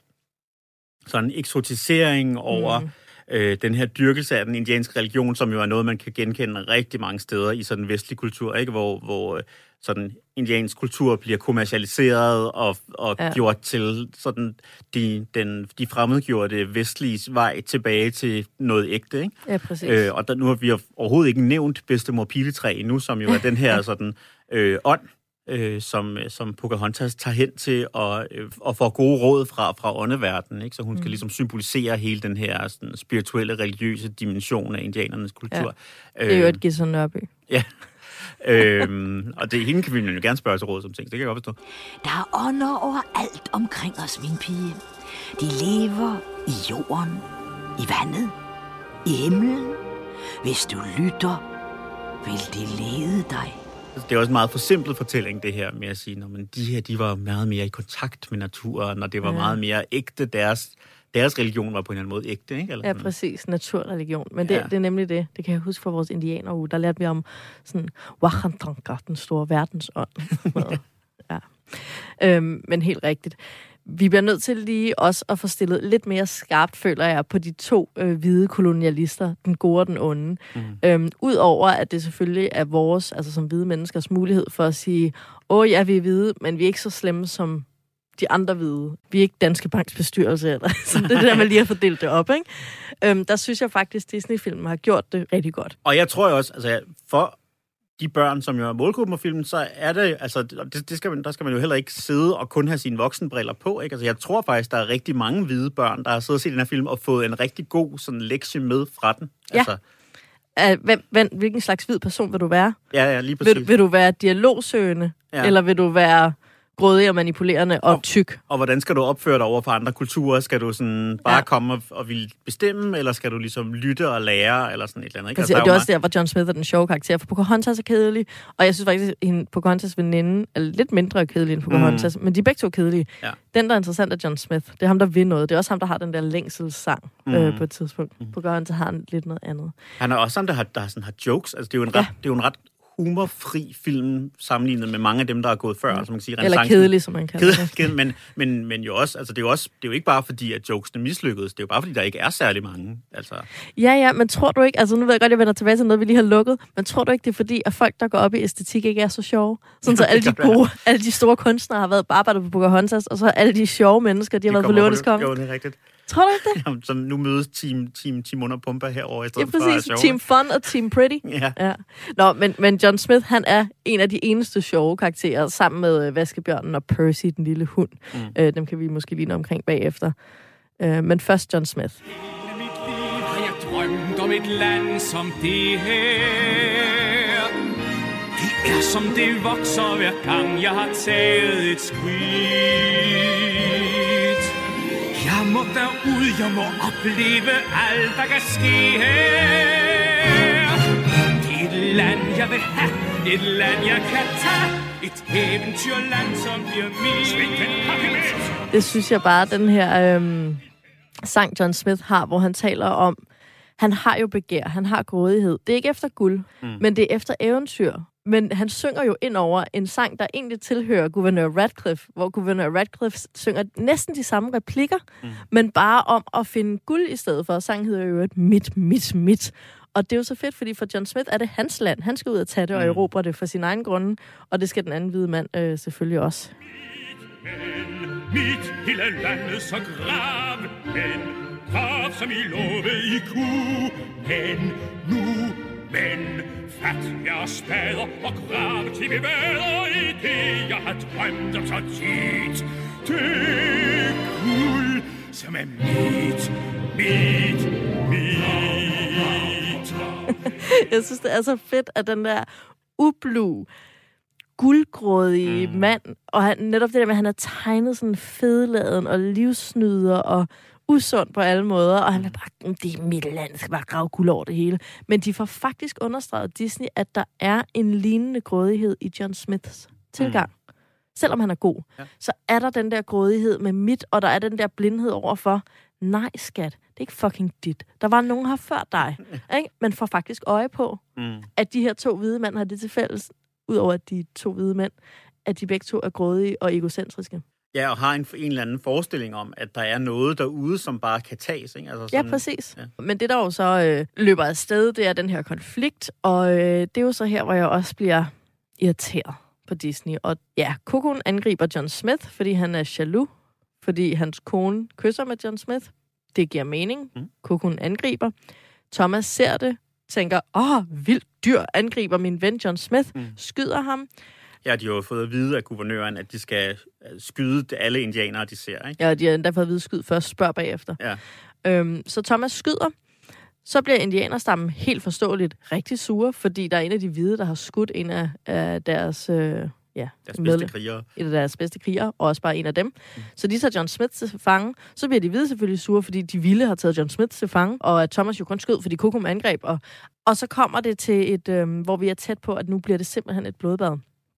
sådan eksotisering over mm. øh, den her dyrkelse af den indianske religion, som jo er noget, man kan genkende rigtig mange steder i sådan en vestlig kultur, ikke? Hvor, hvor øh, sådan indiansk kultur bliver kommercialiseret og, og ja. gjort til sådan de, den, de fremmedgjorte vestlige vej tilbage til noget ægte, ikke? Ja, præcis. Øh, og der, nu har vi overhovedet ikke nævnt bedstemor Piletræ endnu, som jo er den her sådan øh, ånd, Øh, som, som Pocahontas tager hen til og, øh, og får gode råd fra, fra åndeverdenen, ikke? Så hun skal mm. ligesom symbolisere hele den her sådan, spirituelle, religiøse dimension af indianernes kultur. Ja. Det er jo et Gizon Nørby. Ja. øhm, og det hende kan vi jo gerne spørge til råd som ting. Det kan jeg godt forstå. Der er ånder overalt omkring os, min pige. De lever i jorden, i vandet, i himlen. Hvis du lytter, vil de lede dig. Det er også en meget forsimplet fortælling, det her med at sige, at de her, de var meget mere i kontakt med naturen, og det var ja. meget mere ægte. Deres, deres religion var på en eller anden måde ægte, ikke? Eller ja, præcis. Naturreligion. Men det, ja. det er nemlig det. Det kan jeg huske fra vores indianeruge. Der lærte vi om sådan, Wakantanka, den store verdensånd. ja. øhm, men helt rigtigt. Vi bliver nødt til lige også at få stillet lidt mere skarpt, føler jeg, på de to øh, hvide kolonialister, den gode og den onde. Mm. Øhm, Udover at det selvfølgelig er vores, altså som hvide menneskers mulighed for at sige, åh ja, vi er hvide, men vi er ikke så slemme som de andre hvide. Vi er ikke Danske Banks bestyrelse, eller sådan det der, man lige har fordelt det op, ikke? Øhm, der synes jeg faktisk, Disney-filmen har gjort det rigtig godt. Og jeg tror også, altså for de børn, som jo er målgruppen af filmen, så er det, altså, det, det skal man, der skal man jo heller ikke sidde og kun have sine voksenbriller på, ikke? Altså, jeg tror faktisk, der er rigtig mange hvide børn, der har siddet og set den her film og fået en rigtig god sådan lektie med fra den. Ja. Altså, uh, hvem, hvem, hvilken slags hvid person vil du være? Ja, ja, lige præcis. Vil, vil du være dialogsøgende, ja. eller vil du være grådig og manipulerende og, og tyk? Og hvordan skal du opføre dig over for andre kulturer? Skal du sådan bare ja. komme og, og ville bestemme, eller skal du ligesom lytte og lære, eller sådan et eller andet? Ikke? Altså, og det er også der, hvor John Smith er den sjove karakter, for Pocahontas er kedelig, og jeg synes faktisk, at Pocahontas veninde er lidt mindre kedelig end Pocahontas, mm. men de er begge to kedelige. Ja. Den, der er interessant, er John Smith. Det er ham, der vil noget. Det er også ham, der har den der længselssang mm. øh, på et tidspunkt. Mm. Pocahontas har han lidt noget andet. Han er også ham, der har, der sådan, har jokes. Altså, det er jo en ret, ja. det er jo en ret humorfri film sammenlignet med mange af dem, der er gået før. Altså, man kan sige, eller kedelig, som man kalder det. Kedelig, men, men, men jo også, altså det er jo også, det er jo ikke bare fordi, at jokesene mislykkedes, det er jo bare fordi, der ikke er særlig mange. Altså. Ja, ja, men tror du ikke, altså nu ved jeg godt, jeg vender tilbage til noget, vi lige har lukket, men tror du ikke, det er fordi, at folk, der går op i æstetik, ikke er så sjove? Sådan så alle de gode, alle de store kunstnere har været arbejdet på Pocahontas, og så alle de sjove mennesker, de har de været på Løvernes Konge. Jo, det er rigtigt. Tror du ikke det? Jamen, som nu mødes team, team, team under Pumba herovre i stedet ja, præcis. for Team Fun og Team Pretty. ja. ja. Nå, men, men John Smith, han er en af de eneste sjove karakterer, sammen med øh, Vaskebjørnen og Percy, den lille hund. Mm. Øh, dem kan vi måske lige nå omkring bagefter. Øh, men først John Smith. Hele mit liv har jeg drømt om et land som det her. Det er som det vokser hver gang jeg har taget et skridt. Jeg må derud, jeg må opleve alt, der kan ske her. Det er et land, jeg vil have, et land, jeg kan tage. Et eventyrland, som bliver mit. Det synes jeg bare, den her øhm, sang John Smith har, hvor han taler om, han har jo begær, han har grådighed. Det er ikke efter guld, mm. men det er efter eventyr. Men han synger jo ind over en sang, der egentlig tilhører guvernør Radcliffe, hvor guvernør Radcliffe synger næsten de samme replikker, mm. men bare om at finde guld i stedet for. Sangen hedder jo et mit, mit, mit. Og det er jo så fedt, fordi for John Smith er det hans land. Han skal ud og tage det og erobre det for sin egen grunde, og det skal den anden hvide mand øh, selvfølgelig også. Mit, mit hele landet så grav, men grav som I lovede I kunne. Men nu, men fat jer spader og grav til vi væder i det, jeg har drømt om så tit. Det guld, som er mit, mit, mit. Jeg synes, det er så fedt, at den der ublu, guldgrådige mm. mand, og han, netop det der med, at han har tegnet sådan fedladen og livsnyder og usund på alle måder, og han er bare, det er mit land, skal bare grave guld over det hele. Men de får faktisk understreget Disney, at der er en lignende grådighed i John Smiths tilgang. Mm. Selvom han er god, ja. Så er der den der grådighed med mit, og der er den der blindhed overfor, nej skat, det er ikke fucking dit. Der var nogen her før dig, ikke? Men får faktisk øje på, mm. at de her to hvide mænd har det til fælles, udover at de to hvide mænd, at de begge to er grådige og egocentriske. Ja, og har en, en eller anden forestilling om, at der er noget derude, som bare kan tages. Ikke? Altså sådan, ja, præcis. Ja. Men det, der jo så øh, løber afsted, det er den her konflikt, og øh, det er jo så her, hvor jeg også bliver irriteret på Disney. Og ja, Cocoen angriber John Smith, fordi han er jaloux, fordi hans kone kysser med John Smith. Det giver mening. Mm. Cocoen angriber. Thomas ser det, tænker, åh, vildt dyr angriber min ven John Smith, mm. skyder ham. Ja, de har jo fået at vide af guvernøren, at de skal skyde alle indianere, de ser, ikke? Ja, de har endda fået at vide, skyd først, spørg bagefter. Ja. Øhm, så Thomas skyder. Så bliver indianerstammen helt forståeligt rigtig sure, fordi der er en af de hvide, der har skudt en af, af deres... Øh, ja, deres bedste krigere. En af deres bedste krigere, og også bare en af dem. Mm. Så de tager John Smith til fange. Så bliver de hvide selvfølgelig sure, fordi de vilde har taget John Smith til fange, og at Thomas jo kun skød, fordi Cocoen angreb. Og, og så kommer det til et, øh, hvor vi er tæt på, at nu bliver det simpelthen et blodbad.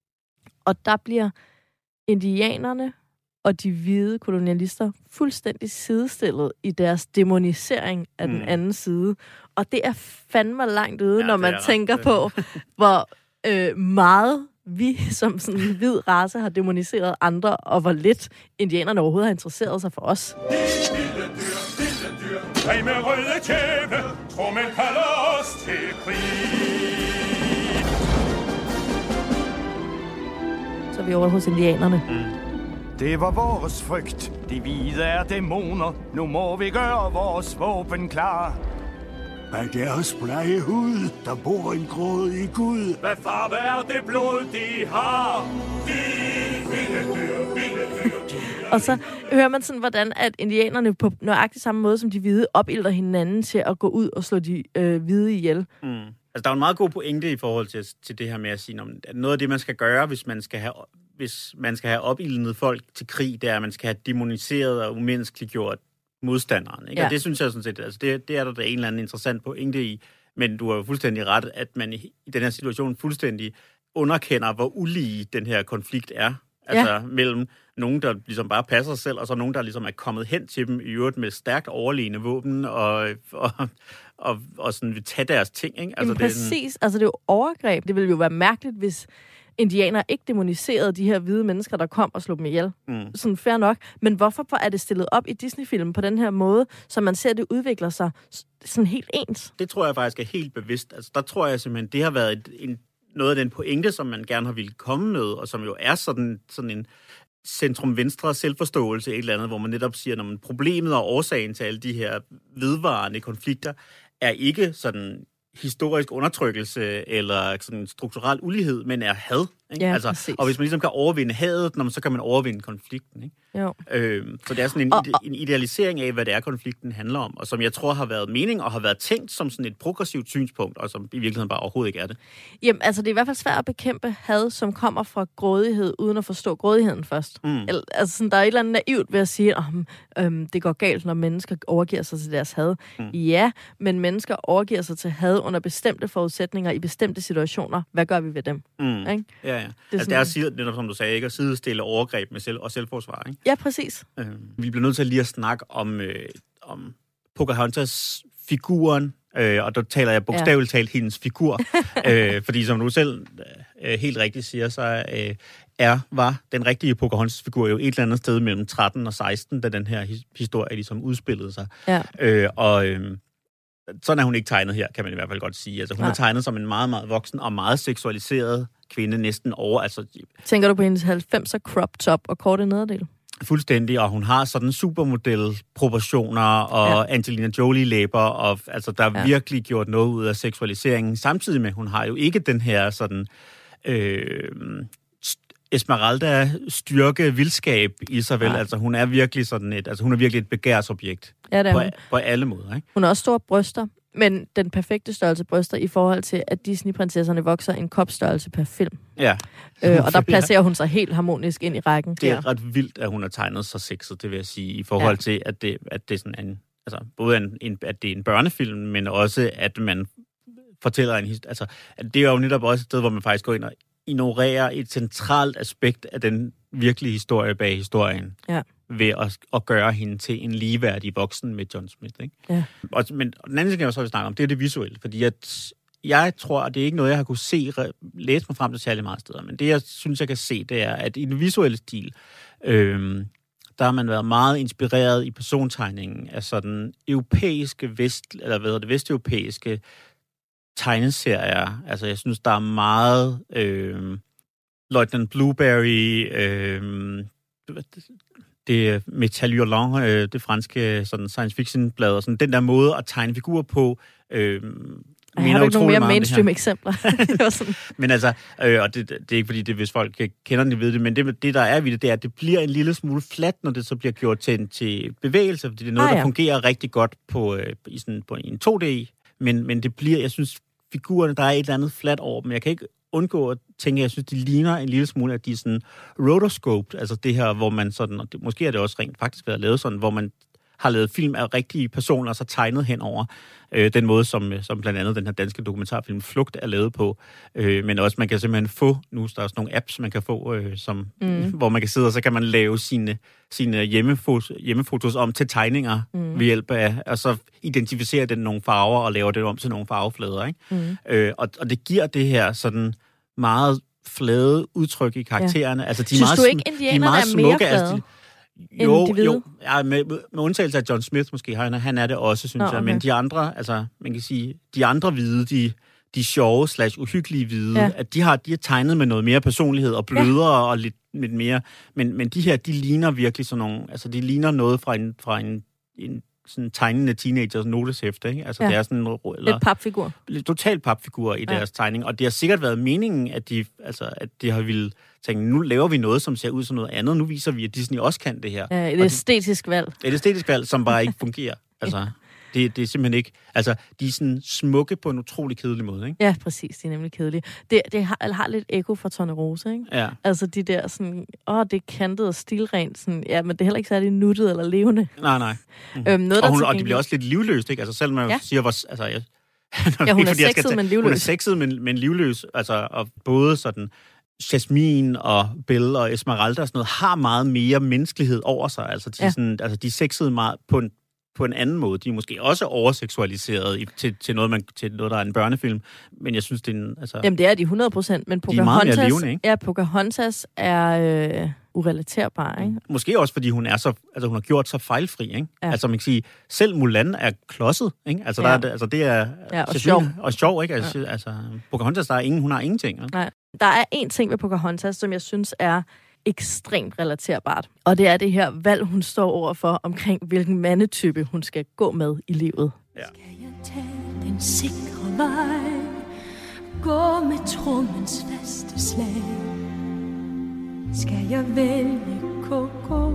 Og der bliver indianerne og de hvide kolonialister fuldstændig sidestillet i deres demonisering af mm. den anden side. Og det er fandme langt ude, ja, når man tænker ret. på, hvor øh, meget vi som sådan en hvid race har demoniseret andre, og hvor lidt indianerne overhovedet har interesseret sig for os. Vilde dyr, vilde dyr, krig med røde tæve, tror man kalder os til krig. Så er vi over hos indianerne. Mm. Det var vores frygt. De hvide er dæmoner. Nu må vi gøre vores våben klar. Bag deres blege hud, der bor en grådig gud. Hvad farve er det blod, de har? De vilde dyr, vilde dyr. Og så hører man sådan, hvordan at indianerne på nøjagtigt samme måde som de hvide opilder hinanden til at gå ud og slå de øh, hvide ihjel. Mm. Altså, der er en meget god pointe i forhold til, til det her med at sige, at noget af det, man skal gøre, hvis man skal have, hvis man skal have opildnet folk til krig, det er, at man skal have demoniseret og umenneskeliggjort modstanderen. Ikke? Ja. Og det synes jeg sådan set, altså det, det er der, der er en eller anden interessant pointe i, men du har jo fuldstændig ret, at man i, i den her situation fuldstændig underkender, hvor ulige den her konflikt er. Altså ja. mellem nogen, der ligesom bare passer sig selv, og så nogen, der ligesom er kommet hen til dem i øvrigt med stærkt overlegne våben, og, og, og, og sådan vil tage deres ting. Ikke? Altså, Jamen, det præcis. Sådan... Altså, det er jo overgreb. Det ville jo være mærkeligt, hvis indianere ikke demoniserede de her hvide mennesker, der kom og slog dem ihjel. Mm. Sådan fair nok. Men hvorfor er det stillet op i Disney-filmen på den her måde, så man ser, det udvikler sig sådan helt ens? Det tror jeg faktisk er helt bevidst. Altså, der tror jeg simpelthen, det har været et, en, noget af den pointe, som man gerne har ville komme med, og som jo er sådan, sådan en centrum-venstre selvforståelse, et eller andet, hvor man netop siger, at problemet og årsagen til alle de her vedvarende konflikter er ikke sådan historisk undertrykkelse eller sådan strukturel ulighed, men er had. Ikke? Ja, altså, og hvis man ligesom kan overvinde hadet, så kan man overvinde konflikten. Ikke? Jo. Øhm, så det er sådan en, og, en idealisering af, hvad det er, konflikten handler om, og som jeg tror har været mening og har været tænkt som sådan et progressivt synspunkt, og som i virkeligheden bare overhovedet ikke er det. Jamen, altså det er i hvert fald svært at bekæmpe had, som kommer fra grådighed, uden at forstå grådigheden først. Mm. Altså sådan, der er et eller andet naivt ved at sige, at oh, øhm, det går galt, når mennesker overgiver sig til deres had. Mm. Ja, men mennesker overgiver sig til had under bestemte forudsætninger i bestemte situationer. Hvad gør vi ved dem? Mm. Ikke? Ja, ja. Det er, altså, det er side, netop, som du sagde, ikke? At sidestille overgreb med selv, og selvforsvar. Ikke? Ja, præcis. Øh, vi bliver nødt til lige at snakke om, øh, om Pocahontas-figuren, øh, og der taler jeg bogstaveligt ja. talt hendes figur, øh, fordi som du selv øh, helt rigtigt siger, så øh, er, var den rigtige Pocahontas-figur jo et eller andet sted mellem tretten og seksten, da den her his- historie ligesom udspillede sig. Ja. Øh, og øh, sådan er hun ikke tegnet her, kan man i hvert fald godt sige. Altså, hun Nej. er tegnet som en meget, meget voksen og meget seksualiseret kvinde, næsten over. Altså, tænker du på hendes halvfemser crop top og korte nederdel? Fuldstændig, og hun har sådan supermodel-proportioner og ja. Angelina Jolie-læber, og altså, der er ja. virkelig gjort noget ud af seksualiseringen. Samtidig med, hun har jo ikke den her sådan øh, Esmeralda styrke, vildskab i sig vel. Ja. Altså, hun er virkelig sådan et, altså, hun er virkelig et begærsobjekt ja, på, på alle måder. Ikke? Hun har også store bryster, men den perfekte størrelse bryster i forhold til, at Disney-prinsesserne vokser en kopstørrelse per film. Ja. Øh, og der placerer hun sig helt harmonisk ind i rækken. Det er ja. ret vildt, at hun har tegnet så sexet, det vil jeg sige, i forhold ja. til, at det, at det er sådan en, altså både en, en, at det er en børnefilm, men også, at man fortæller en historie. Altså, at det er jo netop også et sted, hvor man faktisk går ind og ignorerer et centralt aspekt af den virkelige historie bag historien. Ja. Ved at, at gøre hende til en ligeværdig voksen med John Smith. Ikke? Ja. Og, men den anden ting, jeg også vil snakke om, det er det visuelle. Fordi at jeg tror, at det er ikke noget, jeg har kunne se, læse mig frem til særlig meget steder, men det, jeg synes, jeg kan se, det er, at i den visuelle stil, øh, der har man været meget inspireret i persontegningen af sådan europæiske, vest, eller hvad hedder det, vesteuropæiske tegneserier. Altså, jeg synes, der er meget øh, Lieutenant Blueberry, øh, det Metal Hurlant, øh, det franske sådan science fiction blad, og sådan den der måde at tegne figurer på. Øh, jeg har du ikke nogle mere mainstream eksempler? Men altså, øh, og det, det er ikke fordi, det hvis folk kender det, ved det, men det, det der er ved det, det er, at det bliver en lille smule fladt, når det så bliver gjort til, til bevægelse, fordi det er noget, ah, ja. der fungerer rigtig godt på, øh, i, sådan, på en to D, men, men det bliver, jeg synes, figurerne, der er et eller andet fladt over dem. Jeg kan ikke undgå at tænke, jeg synes, de ligner en lille smule, at de er sådan rotoscoped, altså det her, hvor man sådan, og det, måske er det også rent faktisk været lavet sådan, hvor man har lavet film af rigtige personer, og så tegnet hen over øh, den måde, som, som blandt andet den her danske dokumentarfilm Flugt er lavet på. Øh, men også, man kan simpelthen få, nu der er sådan nogle apps, man kan få, øh, som, mm. hvor man kan sidde, og så kan man lave sine, sine hjemmefotos, hjemmefotos om til tegninger mm. ved hjælp af, og så identificerer den nogle farver, og laver det om til nogle farveflader. Ikke? Mm. Øh, og, og det giver det her sådan meget flade udtryk i karaktererne. Ja. Altså, de synes meget, du ikke, indianerne er, er mere flade? Altså, Jo, jo. Ja, med, med undtagelse af John Smith måske, han, han er det også, synes Nå, okay. jeg. Men de andre, altså, man kan sige, de andre hvide, de, de sjove slash uhyggelige hvide, ja. at de har, de er tegnet med noget mere personlighed og blødere ja. og lidt, lidt mere. Men, men de her, de ligner virkelig sådan nogle, altså de ligner noget fra en, fra en, en sådan tegnende teenagers noteshæfte, ikke? Altså, ja. det er sådan eller, lidt papfigur. Totalt papfigur i ja. deres tegning, og det har sikkert været meningen, at de, altså, at de har ville tænke, nu laver vi noget, som ser ud som noget andet, nu viser vi, at Disney også kan det her. Ja, et og æstetisk valg. Et æstetisk valg, som bare ikke fungerer. Altså, det, det er simpelthen ikke, altså, de er sådan smukke på en utrolig kedelig måde, ikke? Ja, præcis, de er nemlig kedelige. Det, det har, har lidt ekko fra Tornerose, ikke? Ja. Altså, de der sådan, åh, det er kantet og stilrent, sådan, ja, men det er heller ikke særlig nuttet eller levende. Nej, nej. Mm. Øhm, noget, og, hun, der og de bliver også lidt livløst, ikke? Altså, selvom man ja. siger, hvor, altså, jeg, ja, hun er sexet, men livløs. Hun er sexet, men, men livløs, altså, og både sådan, Jasmine og Belle og Esmeralda og sådan noget, har meget mere menneskelighed over sig. Altså, de, ja. sådan, altså, de er sexede meget på en, på en anden måde. De er måske også overseksualiseret i, til, til, noget, man, til noget, der er en børnefilm. Men jeg synes, det er en... Altså, jamen, det er de hundrede procent, men Pocahontas, de er levende, ikke? Ja, Pocahontas er øh, urelaterbar, ikke? Måske også, fordi hun er så, altså, hun har gjort så fejlfri, ikke? Ja. Altså, man kan sige, selv Mulan er klodset, ikke? Altså, ja. der er, altså det er... Ja, og sjov. Og sjov, ikke? Altså, ja. altså Pocahontas, der er ingen, hun har ingenting. Ikke? Nej. Der er én ting ved Pocahontas, som jeg synes er ekstremt relaterbart. Og det er det her valg, hun står overfor omkring, hvilken mandetype hun skal gå med i livet. Ja. Skal jeg tage den sikre vej, gå med trommens faste slag? Skal jeg vælge koko,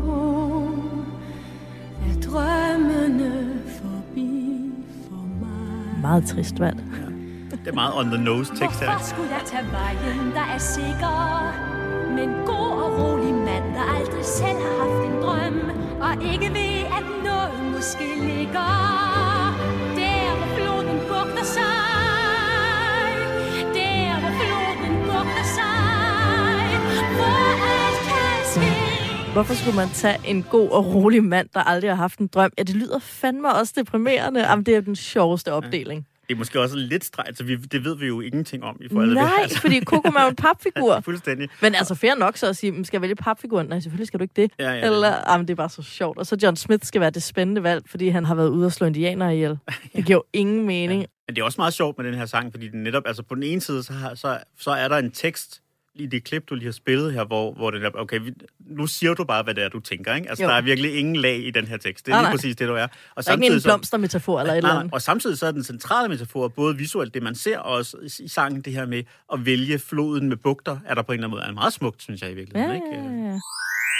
er drømmene forbi for mig? Meget trist valg. Ja. Det er meget on the nose tekst her. Hvorfor skulle jeg tage vejen, der er sikker? Men god og rolig mand, der aldrig selv har haft en drøm, og ikke ved, at noget måske ligger der, hvor floden bugter sig. Der, hvor floden bugter sig. Hvorfor skulle man tage en god og rolig mand, der aldrig har haft en drøm? Ja, det lyder fandme også deprimerende. Jamen, det er den sjoveste opdeling. Det er måske også lidt strengt, så vi, det ved vi jo ingenting om. I forhold Nej, altså. fordi Coco er jo en papfigur. Fuldstændig. Men altså, fair nok så at sige, skal jeg vælge papfiguren? Nej, selvfølgelig skal du ikke det. Ja, ja, Eller, ja. jamen, det er bare så sjovt. Og så John Smith skal være det spændende valg, fordi han har været ude og slå indianere ihjel. Det giver jo ingen mening. Ja. Men det er også meget sjovt med den her sang, fordi den netop, altså på den ene side, så, har, så, så er der en tekst i det klip, du lige har spillet her, hvor, hvor det er, okay, vi, nu siger du bare, hvad det er, du tænker, ikke? Altså, jo. Der er virkelig ingen lag i den her tekst. Det er nej, lige nej. præcis det, du er. Og der er ikke en blomstermetafor eller et eller andet. Og samtidig så er den centrale metafor, både visuelt, det man ser, og også i sangen, det her med at vælge floden med bugter, er der på en eller anden måde er meget smukt, synes jeg i virkeligheden, ja, ikke? Ja, ja.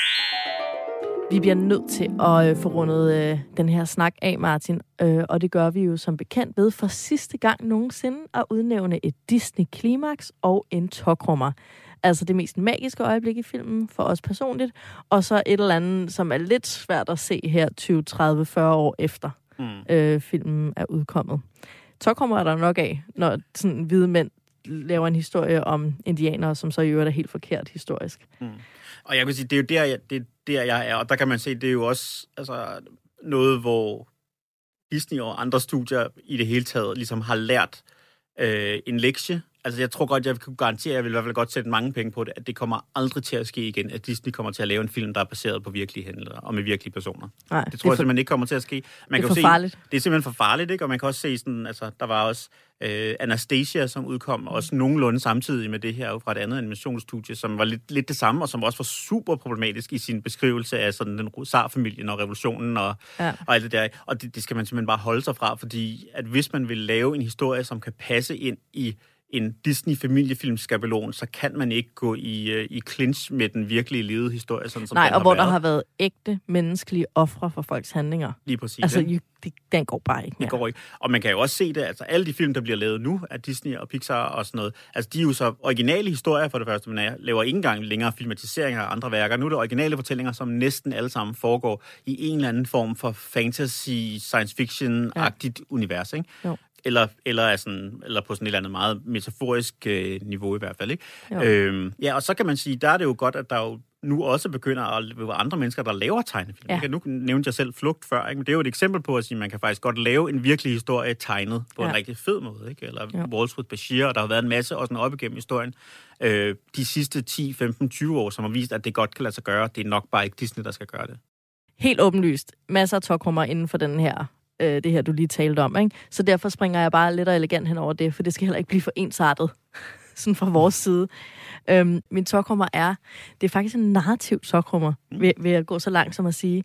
Vi bliver nødt til at øh, få rundet øh, den her snak af, Martin, øh, og det gør vi jo som bekendt ved for sidste gang nogensinde at udnævne et Disney-klimaks og en tokrummer. Altså det mest magiske øjeblik i filmen for os personligt, og så et eller andet, som er lidt svært at se her tyve, tredive, fyrre år efter mm. øh, filmen er udkommet. Tokrummer er der nok af, når sådan hvide mænd laver en historie om indianere, som så i øvrigt er helt forkert historisk. Mm. Og jeg kan sige, det er jo der, jeg, det er der, jeg er, og der kan man se, det er jo også altså, noget, hvor Disney og andre studier i det hele taget ligesom har lært øh, en lektie. Altså, jeg tror godt, jeg kunne garantere, jeg vil i hvert fald godt sætte mange penge på det, at det kommer aldrig til at ske igen, at Disney kommer til at lave en film, der er baseret på virkelige hændelser og med virkelige personer. Nej, det tror det jeg for... simpelthen ikke kommer til at ske. Man det er kan for jo farligt. Se, det er simpelthen for farligt, ikke? Og man kan også se sådan, altså, der var også øh, Anastasia, som udkom også nogenlunde samtidig med det her fra et andet animationsstudie, som var lidt, lidt det samme, og som også var super problematisk i sin beskrivelse af sådan den Tsar-familien og revolutionen og, ja. og alt det der. Og det, det skal man simpelthen bare holde sig fra, fordi at hvis man vil lave en historie, som kan passe ind i en Disney-familiefilmskabelon, så kan man ikke gå i, i clinch med den virkelige levede historie, sådan som Nej, den og har hvor været. der har været ægte menneskelige ofre for folks handlinger. Lige præcis. Altså, jo, det, den går bare ikke mere. Det går ikke. Og man kan jo også se det, altså alle de film, der bliver lavet nu af Disney og Pixar og sådan noget, altså de er jo så originale historier for det første, men jeg laver ikke engang længere filmatiseringer af andre værker. Nu er det originale fortællinger, som næsten alle sammen foregår i en eller anden form for fantasy, science fiction-agtigt ja. univers, ikke? Jo. Eller, eller, er sådan, eller på sådan et eller andet meget metaforisk øh, niveau i hvert fald, ikke? Øhm, ja, og så kan man sige, der er det jo godt, at der jo nu også begynder at være andre mennesker, der laver tegnefilm. Ja. Nu nævnte jeg selv Flugt før, ikke? Men det er jo et eksempel på at sige, at man kan faktisk godt lave en virkelig historie tegnet på ja. en rigtig fed måde, ikke? Eller ja. Walls with Bashir, og der har været en masse også op igennem historien øh, de sidste ti, femten, tyve år, som har vist, at det godt kan lade sig gøre. Det er nok bare ikke Disney, der skal gøre det. Helt åbenlyst. Masser af tokrummer inden for den her øh, det her, du lige talte om, ikke? Så derfor springer jeg bare lidt og elegant hen over det, for det skal heller ikke blive for ensartet, sådan fra vores side. Øhm, min tokrummer er, det er faktisk en narrativ tokrummer, mm. ved, ved at gå så langt som at sige,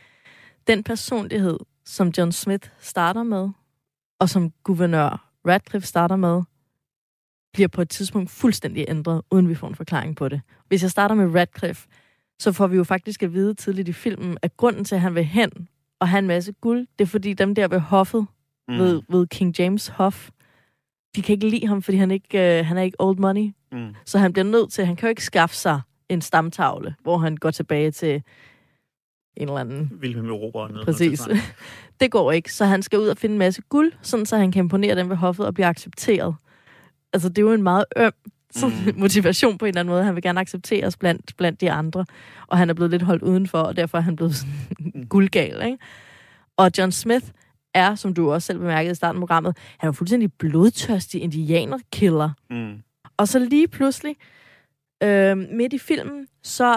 den personlighed, som John Smith starter med, og som guvernør Radcliffe starter med, bliver på et tidspunkt fuldstændig ændret, uden vi får en forklaring på det. Hvis jeg starter med Radcliffe, så får vi jo faktisk at vide tidligt i filmen, at grunden til, at han vil hen og have en masse guld, det er fordi dem der ved hoffet, mm. ved, ved King James Hof, de kan ikke lide ham, fordi han, ikke, øh, han er ikke old money. Mm. Så han bliver nødt til, han kan jo ikke skaffe sig en stamtavle, hvor han går tilbage til en eller anden... Vilhelm Erobreren. Præcis. Det går ikke, så han skal ud og finde en masse guld, sådan så han kan imponere dem ved hoffet og blive accepteret. Altså, det er jo en meget øm sådan, mm. motivation på en eller anden måde. Han vil gerne accepteres blandt, blandt de andre, og han er blevet lidt holdt udenfor, og derfor er han blevet sådan guldgal, ikke? Og John Smith er, som du også selv bemærkede i starten af programmet, han er fuldstændig blodtørstig indianerkiller. Mm. Og så lige pludselig, øh, midt i filmen, så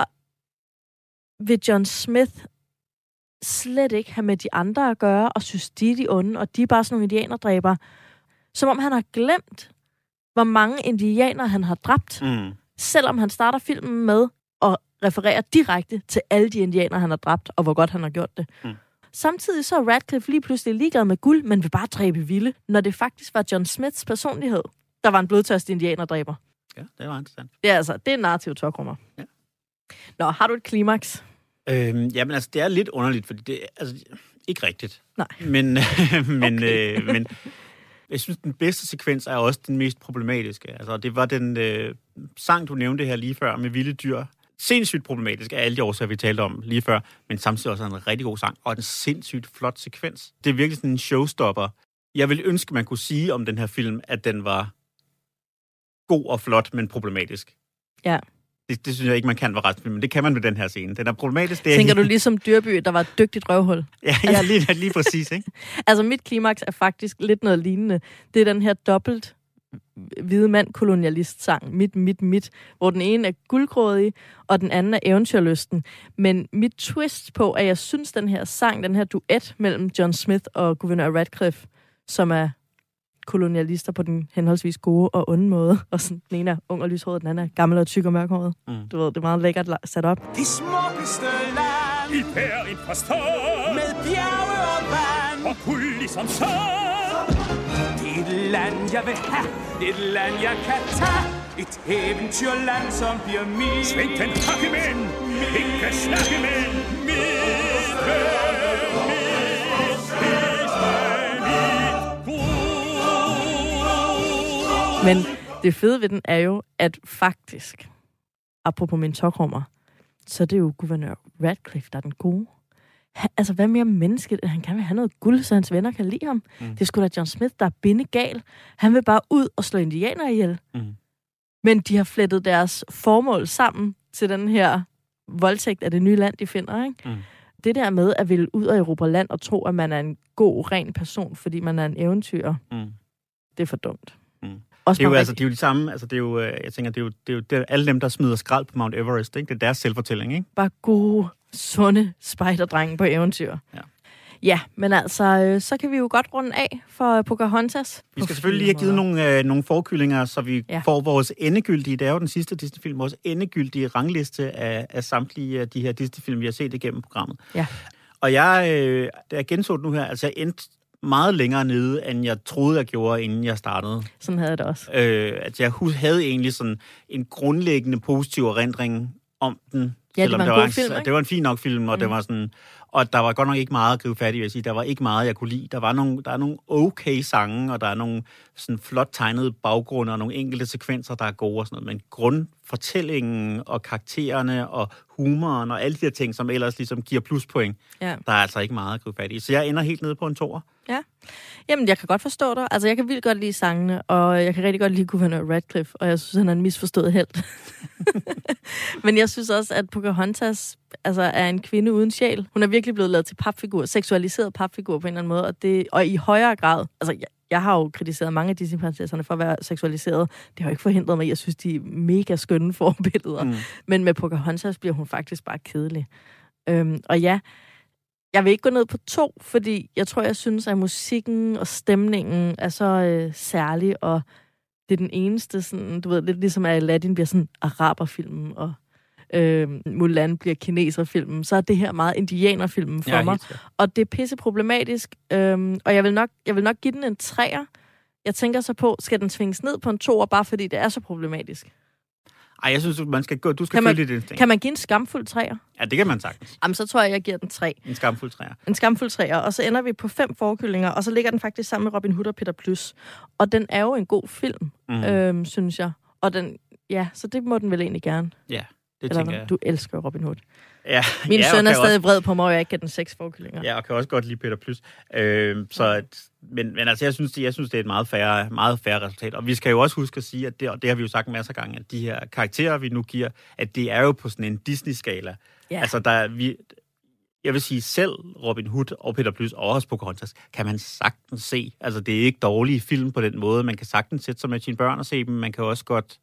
vil John Smith slet ikke have med de andre at gøre, og synes, de er de onde, og de er bare sådan nogle indianerdræbere. Som om han har glemt, hvor mange indianere han har dræbt, mm. selvom han starter filmen med at referere direkte til alle de indianere, han har dræbt, og hvor godt han har gjort det. Mm. Samtidig så er Radcliffe lige pludselig ligeglad med guld, men vil bare dræbe vilde, når det faktisk var John Smiths personlighed, der var en blodtørstig indianerdræber. Ja, det var interessant. Det er altså, det er en narrativ tokrummer. Ja. Nå, har du et klimaks? Øhm, jamen altså, det er lidt underligt, fordi det er altså, ikke rigtigt. Nej. Men, men, okay. øh, men jeg synes, den bedste sekvens er også den mest problematiske. Altså, det var den øh, sang, du nævnte her lige før, med vilde dyr. Sindssygt problematisk af alle de årsager, vi talte om lige før, men samtidig også en rigtig god sang, og en sindssygt flot sekvens. Det er virkelig sådan en showstopper. Jeg vil ønske, man kunne sige om den her film, at den var god og flot, men problematisk. Ja. Det, det synes jeg ikke, man kan ved resten, men det kan man med den her scene. Den er problematisk. Det er Tænker helt... du ligesom Dyrby, der var et dygtigt røvhul? Ja, ja lige, lige præcis, ikke? Altså, mit klimaks er faktisk lidt noget lignende. Det er den her dobbelt hvide mand kolonialist sang, Mit, Mit, Mit, hvor den ene er guldgrådig, og den anden er eventyrlysten. Men mit twist på, at jeg synes, den her sang, den her duet mellem John Smith og guvernør Radcliffe, som er kolonialister på den henholdsvis gode og onde måde, og sådan, den ene er ung og lyshåret, den anden er gammel og tyk og mørkhåret. Mm. Du ved, det er meget lækkert sat op. Det smukkeste land I pær et forstår med bjerge og vand. og kul ligesom sand. Det er et land, jeg vil have. Et land, jeg kan tage. Et eventyrland, som bliver mit. Sving den hakke mænd, ikke snakke mænd. Mit land, Men det fede ved den er jo, at faktisk, apropos min tokrummer, så er det jo guvernør Radcliffe, der er den gode. Han, altså, hvad mere mennesket? Han kan have noget guld, så hans venner kan lide ham. Mm. Det er sgu da John Smith, der er bindegal. Han vil bare ud og slå indianer ihjel. Mm. Men de har flettet deres formål sammen til den her voldtægt af det nye land, de finder, ikke? Mm. Det der med at ville ud og erobre land og tro, at man er en god, ren person, fordi man er en eventyr, mm. det er for dumt. Mm. Det er, jo, altså, det er jo de samme, altså det er jo, jeg tænker, det er jo, det er jo det er alle dem, der smider skrald på Mount Everest, ikke? Det er deres selvfortælling, ikke? Bare gode, sunde spejderdrenge på eventyr. Ja. Ja, men altså, så kan vi jo godt runde af for Pocahontas. Vi skal selvfølgelig lige have givet nogle, øh, nogle forkyllinger, så vi ja. får vores endegyldige, det er jo den sidste Disney-film, vores endegyldige rangliste af, af samtlige af de her Disney-film, vi har set igennem programmet. Ja. Og jeg, øh, da jeg genså nu her, altså jeg endte meget længere nede, end jeg troede, jeg gjorde, inden jeg startede. Sådan havde jeg det også. Øh, at jeg havde egentlig sådan en grundlæggende positiv erindring om den. Ja, det var en, det god var en film, ikke? Det var en fin nok film, og mm. det var sådan, og der var godt nok ikke meget at gribe fat i, vil jeg sige. Der var ikke meget, jeg kunne lide. Der var nogle, der er nogle okay sange, og der er nogle sådan flot tegnede baggrunde, og nogle enkelte sekvenser, der er gode og sådan noget. Men grundfortællingen og karaktererne og humoren og alle de her ting, som ellers ligesom giver pluspoint, ja. Der er altså ikke meget at gribe fat i. Så jeg ender helt nede på en toer. Ja. Jamen, jeg kan godt forstå dig. Altså, jeg kan vildt godt lide sangene, og jeg kan rigtig godt lide guvernør Radcliffe, og jeg synes, han er en misforstået helt. Men jeg synes også, at Pocahontas altså, er en kvinde uden sjæl. Hun er virkelig blevet lavet til papfigur, seksualiseret papfigur på en eller anden måde, og, det, og i højere grad. Altså, jeg, jeg har jo kritiseret mange af Disney-prinsesserne for at være seksualiseret. Det har jo ikke forhindret mig. Jeg synes, de er mega skønne forbilleder. Mm. Men med Pocahontas bliver hun faktisk bare kedelig. Øhm, og ja, jeg vil ikke gå ned på to, fordi jeg tror, jeg synes, at musikken og stemningen er så øh, særlig, og det er den eneste, sådan, du ved, lidt ligesom at Aladdin bliver sådan araberfilmen, og øh, Mulan bliver kineserfilmen, så er det her meget indianerfilmen for ja, mig. Helt, ja. Og det er pisse problematisk, øh, og jeg vil, nok, jeg vil nok give den en treer. Jeg tænker så på, skal den tvinges ned på en toer, bare fordi det er så problematisk? Ej, jeg synes, man skal gå, du skal kan man, følge det instinkt. Kan man give en skamfuld træer? Ja, det kan man sagtens. Jamen, så tror jeg, jeg giver den tre. En skamfuld træer. En skamfuld træer, og så ender vi på fem forkyllinger, og så ligger den faktisk sammen med Robin Hood og Peter Plys. Og den er jo en god film, mm. øhm, synes jeg. Og den, ja, så det må den vel egentlig gerne. Ja, det Eller, tænker jeg. Du elsker Robin Hood. Ja. Min ja, søn er stadig også... vred på mig, og jeg ikke kan den seks forkyllinger. Ja, og kan også godt lide Peter Plys. Øh, så, ja. men, men altså, jeg synes, det, jeg synes, det er et meget fair, meget fair resultat. Og vi skal jo også huske at sige, at det, og det har vi jo sagt masser af gange, at de her karakterer, vi nu giver, at det er jo på sådan en Disney-skala. Ja. Altså, der er, vi, jeg vil sige, selv Robin Hood og Peter Plys og også Pocahontas, kan man sagtens se. Altså, det er ikke dårlige film på den måde. Man kan sagtens sætte sig med sine børn og se dem. Man kan også godt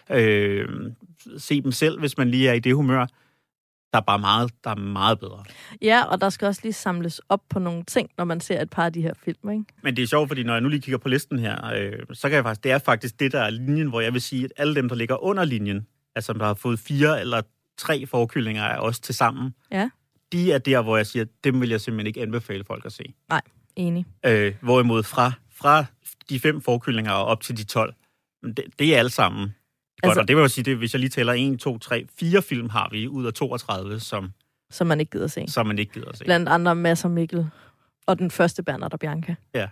øh, se dem selv, hvis man lige er i det humør. Der er bare meget, der er meget bedre. Ja, og der skal også lige samles op på nogle ting, når man ser et par af de her film, ikke? Men det er sjovt, fordi når jeg nu lige kigger på listen her, øh, så kan jeg faktisk, det er faktisk det, der er linjen, hvor jeg vil sige, at alle dem, der ligger under linjen, altså der har fået fire eller tre forkyllinger af os til sammen, ja. De er der, hvor jeg siger, dem vil jeg simpelthen ikke anbefale folk at se. Nej, enig. Øh, hvorimod fra, fra de fem forkyllinger og op til de tolv, det, det er alle sammen. Godt, altså, og det vil jo sige, det, hvis jeg lige tæller en, to, tre, fire film har vi ud af toogtredive, som, som man ikke gider se. Som man ikke gider se. Blandt andre Mads og Mikkel. Og den første Bernard og Bianca. Ja.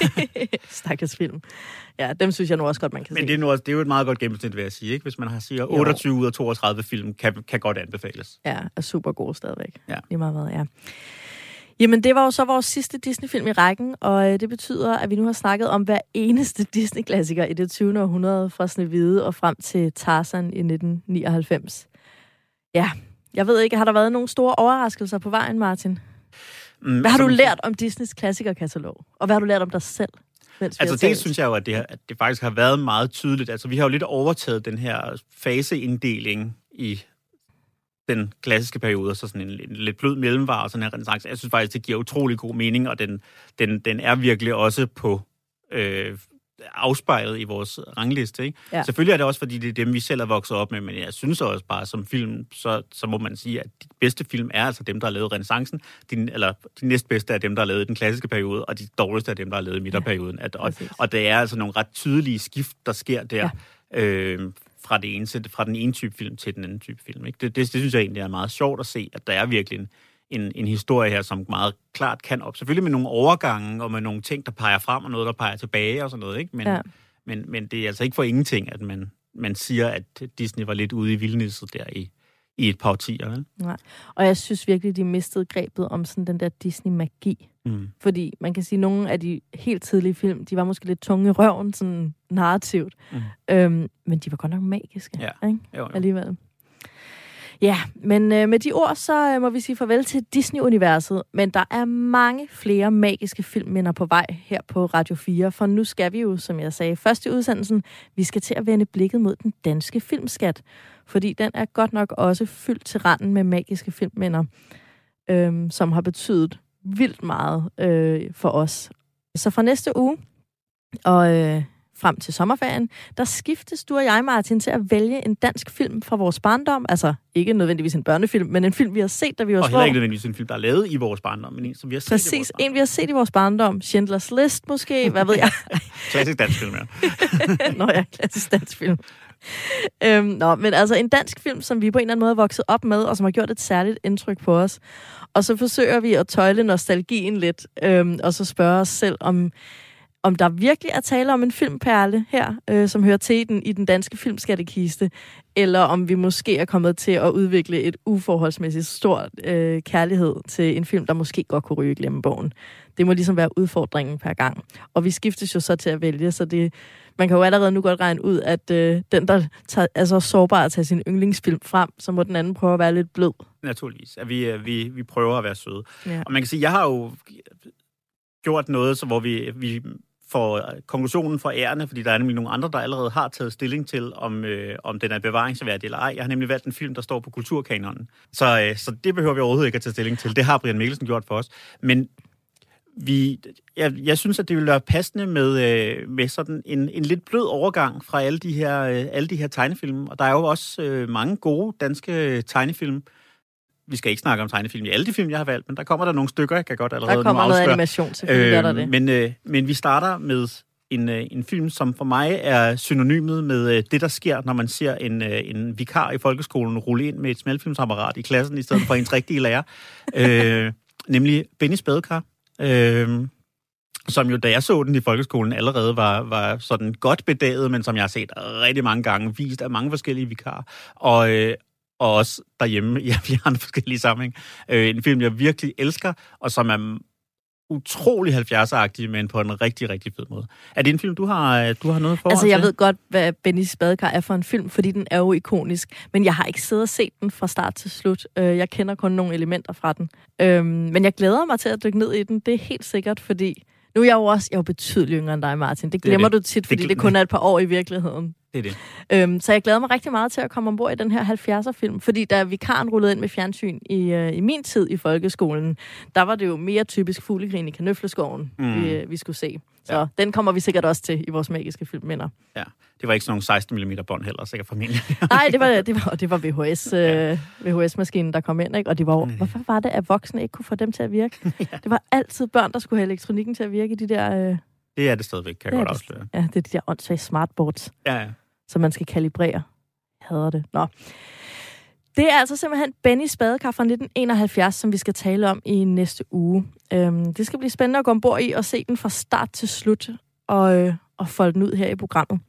Stakkels film. Ja, dem synes jeg nu også godt, man kan Men se. Men det er, nu også, det er jo et meget godt gennemsnit, vil jeg sige, ikke? Hvis man har siger otteogtyve ud af toogtredive film, kan, kan godt anbefales. Ja, er super gode stadigvæk. Ja. Lige meget hvad, ja. Jamen, det var jo så vores sidste Disney-film i rækken, og øh, det betyder, at vi nu har snakket om hver eneste Disney-klassiker i det tyvende århundrede, fra Snehvide og frem til Tarzan i nitten nioghalvfems. Ja, jeg ved ikke, har der været nogle store overraskelser på vejen, Martin? Mm, hvad har altså, du lært om Disneys klassikerkatalog? Og hvad har du lært om dig selv? Altså det synes jeg jo, at det, at det faktisk har været meget tydeligt. Altså vi har jo lidt overtaget den her faseinddeling i den klassiske periode, så sådan en, en lidt blød mellemvare og sådan en renæssance. Jeg synes faktisk, det giver utrolig god mening, og den, den, den er virkelig også på øh, afspejlet i vores rangliste. Ikke? Ja. Selvfølgelig er det også, fordi det er dem, vi selv er vokset op med, men jeg synes også bare, som film, så, så må man sige, at de bedste film er altså dem, der har lavet renæssancen, de, eller de næstbedste er dem, der har lavet den klassiske periode, og de dårligste er dem, der har lavet midterperioden. At, og, og det er altså nogle ret tydelige skift, der sker der, ja. øh, fra, det ene, fra den ene type film til den anden type film. Ikke? Det, det, det synes jeg egentlig er meget sjovt at se, at der er virkelig en En, en historie her, som meget klart kan op. Selvfølgelig med nogle overgange, og med nogle ting, der peger frem, og noget, der peger tilbage, og sådan noget, ikke? Men, ja. men, men det er altså ikke for ingenting, at man, man siger, at Disney var lidt ude i vildnisset der i, i et par årtier. Vel? Nej. Og jeg synes virkelig, de mistede grebet om sådan den der Disney-magi. Mm. Fordi man kan sige, at nogle af de helt tidlige film, de var måske lidt tunge i røven, sådan narrativt. Mm. Øhm, men de var godt nok magiske, ja. Ikke? Jo, jo. Alligevel. Ja, men øh, med de ord, så øh, må vi sige farvel til Disney-universet. Men der er mange flere magiske filmminder på vej her på Radio fire. For nu skal vi jo, som jeg sagde først i udsendelsen, vi skal til at vende blikket mod den danske filmskat. Fordi den er godt nok også fyldt til randen med magiske filmminder, øh, som har betydet vildt meget øh, for os. Så fra næste uge, og øh, frem til sommerferien, der skiftes du og jeg, Martin, til at vælge en dansk film fra vores barndom. Altså, ikke nødvendigvis en børnefilm, men en film, vi har set, da vi var små. Og heller ikke nødvendigvis en film, der er lavet i vores barndom, men en, som vi har set Præcis, i vores barndom. en, vi har set i vores barndom. Schindlers List, måske. Hvad ved jeg? Klassisk dansk film, ja. Nå ja, klassisk dansk film. Øhm, nå, men altså en dansk film, som vi på en eller anden måde er vokset op med, og som har gjort et særligt indtryk på os. Og så forsøger vi at tøjle nostalgien lidt, øhm, og så spørge os selv, om om der virkelig er tale om en filmperle her, øh, som hører til den, i den danske filmskattekiste, eller om vi måske er kommet til at udvikle et uforholdsmæssigt stort øh, kærlighed til en film, der måske godt kunne ryge i glemmebogen. Det må ligesom være udfordringen per gang. Og vi skiftes jo så til at vælge, så det, man kan jo allerede nu godt regne ud, at øh, den, der tager, er så sårbar at tage sin yndlingsfilm frem, så må den anden prøve at være lidt blød. Naturligvis. At vi, vi, vi prøver at være søde. Ja. Og man kan sige, jeg har jo gjort noget, så hvor vi... vi for konklusionen for ærende, fordi der er nemlig nogle andre, der allerede har taget stilling til, om, øh, om den er bevaringsværdig eller ej. Jeg har nemlig valgt en film, der står på kulturkanonen. Så, øh, så det behøver vi overhovedet ikke at tage stilling til. Det har Brian Mikkelsen gjort for os. Men vi, jeg, jeg synes, at det vil være passende med, øh, med sådan en, en lidt blød overgang fra alle de her, øh, alle de her tegnefilm. Og der er jo også øh, mange gode danske tegnefilm. Vi skal ikke snakke om tegnefilm i alle de film, jeg har valgt, men der kommer der nogle stykker, jeg kan godt allerede nu afsløre. Der kommer noget animation, selvfølgelig øh, er der det. Men, øh, men vi starter med en, øh, en film, som for mig er synonymet med øh, det, der sker, når man ser en, øh, en vikar i folkeskolen rulle ind med et smalfilmsapparat i klassen, i stedet for ens rigtige lærer. øh, nemlig Bennys Badekar. Øh, som jo, da jeg så den i folkeskolen, allerede var, var sådan godt bedaget, men som jeg har set rigtig mange gange, vist af mange forskellige vikarer. Og... Øh, og også derhjemme i flere andre forskellige sammenhæng. Øh, en film, jeg virkelig elsker, og som er utrolig halvfjerdseragtig, men på en rigtig, rigtig fed måde. Er det en film, du har, du har noget for? Altså, jeg ved godt, hvad Bennys Badekar er for en film, fordi den er jo ikonisk, men jeg har ikke siddet og set den fra start til slut. Jeg kender kun nogle elementer fra den. Men jeg glæder mig til at dykke ned i den, det er helt sikkert, fordi nu er jeg jo også jeg er jo betydeligt yngre end dig, Martin. Det glemmer det det. du tit, fordi det, det kun er et par år i virkeligheden. Det er det. Øhm, så jeg glæder mig rigtig meget til at komme ombord i den her halvfjerdser-film, fordi da vikaren rullede ind med fjernsyn i, øh, i min tid i folkeskolen, der var det jo mere typisk Fuglegrin i Kanøfleskoven, mm. vi, vi skulle se. Så ja. Den kommer vi sikkert også til i vores magiske filmminder. Ja, det var ikke sådan nogle seksten millimeter bånd heller, sikkert formentlig. Nej, det var, det var, det var V H S, ja. øh, V H S-maskinen, der kom ind, ikke? Og det var, hvorfor var det, at voksne ikke kunne få dem til at virke? Ja. Det var altid børn, der skulle have elektronikken til at virke i de der... Øh... Det er det stadigvæk, kan jeg godt afsløre. Ja, det er de der åndssvage smartboards. Ja, ja. Som man skal kalibrere. Jeg hader det. Nå. Det er altså simpelthen Bennys Badekar fra nitten enoghalvfjerds, som vi skal tale om i næste uge. Øhm, det skal blive spændende at gå ombord i og se den fra start til slut og, øh, og folde den ud her i programmet.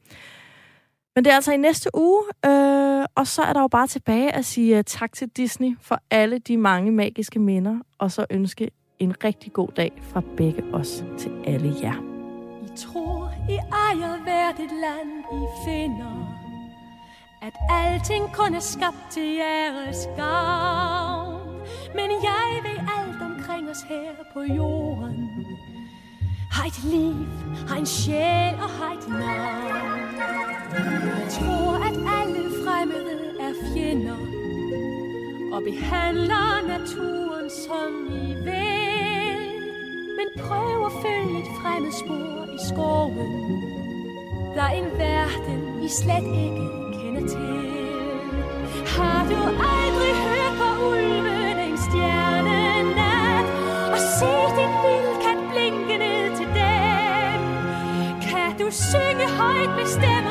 Men det er altså i næste uge, øh, og så er der jo bare tilbage at sige uh, tak til Disney for alle de mange magiske minder, og så ønske en rigtig god dag fra begge os til alle jer. I tror, I ejer hvert et land, I finder, at alting kun er skabt til jeres gavn. Men jeg ved alt omkring os her på jorden. Har et liv, har en sjæl og har et navn. Jeg tror, at alle fremmede er fjender og behandler naturen som I vil. Men prøv at følge et fremmed spor i skoven. Der er en verden, I slet ikke kender til. Har du aldrig hørt på ulven en stjernenat og set en vildkat blinke ned til dem? Kan du synge højt med stemmer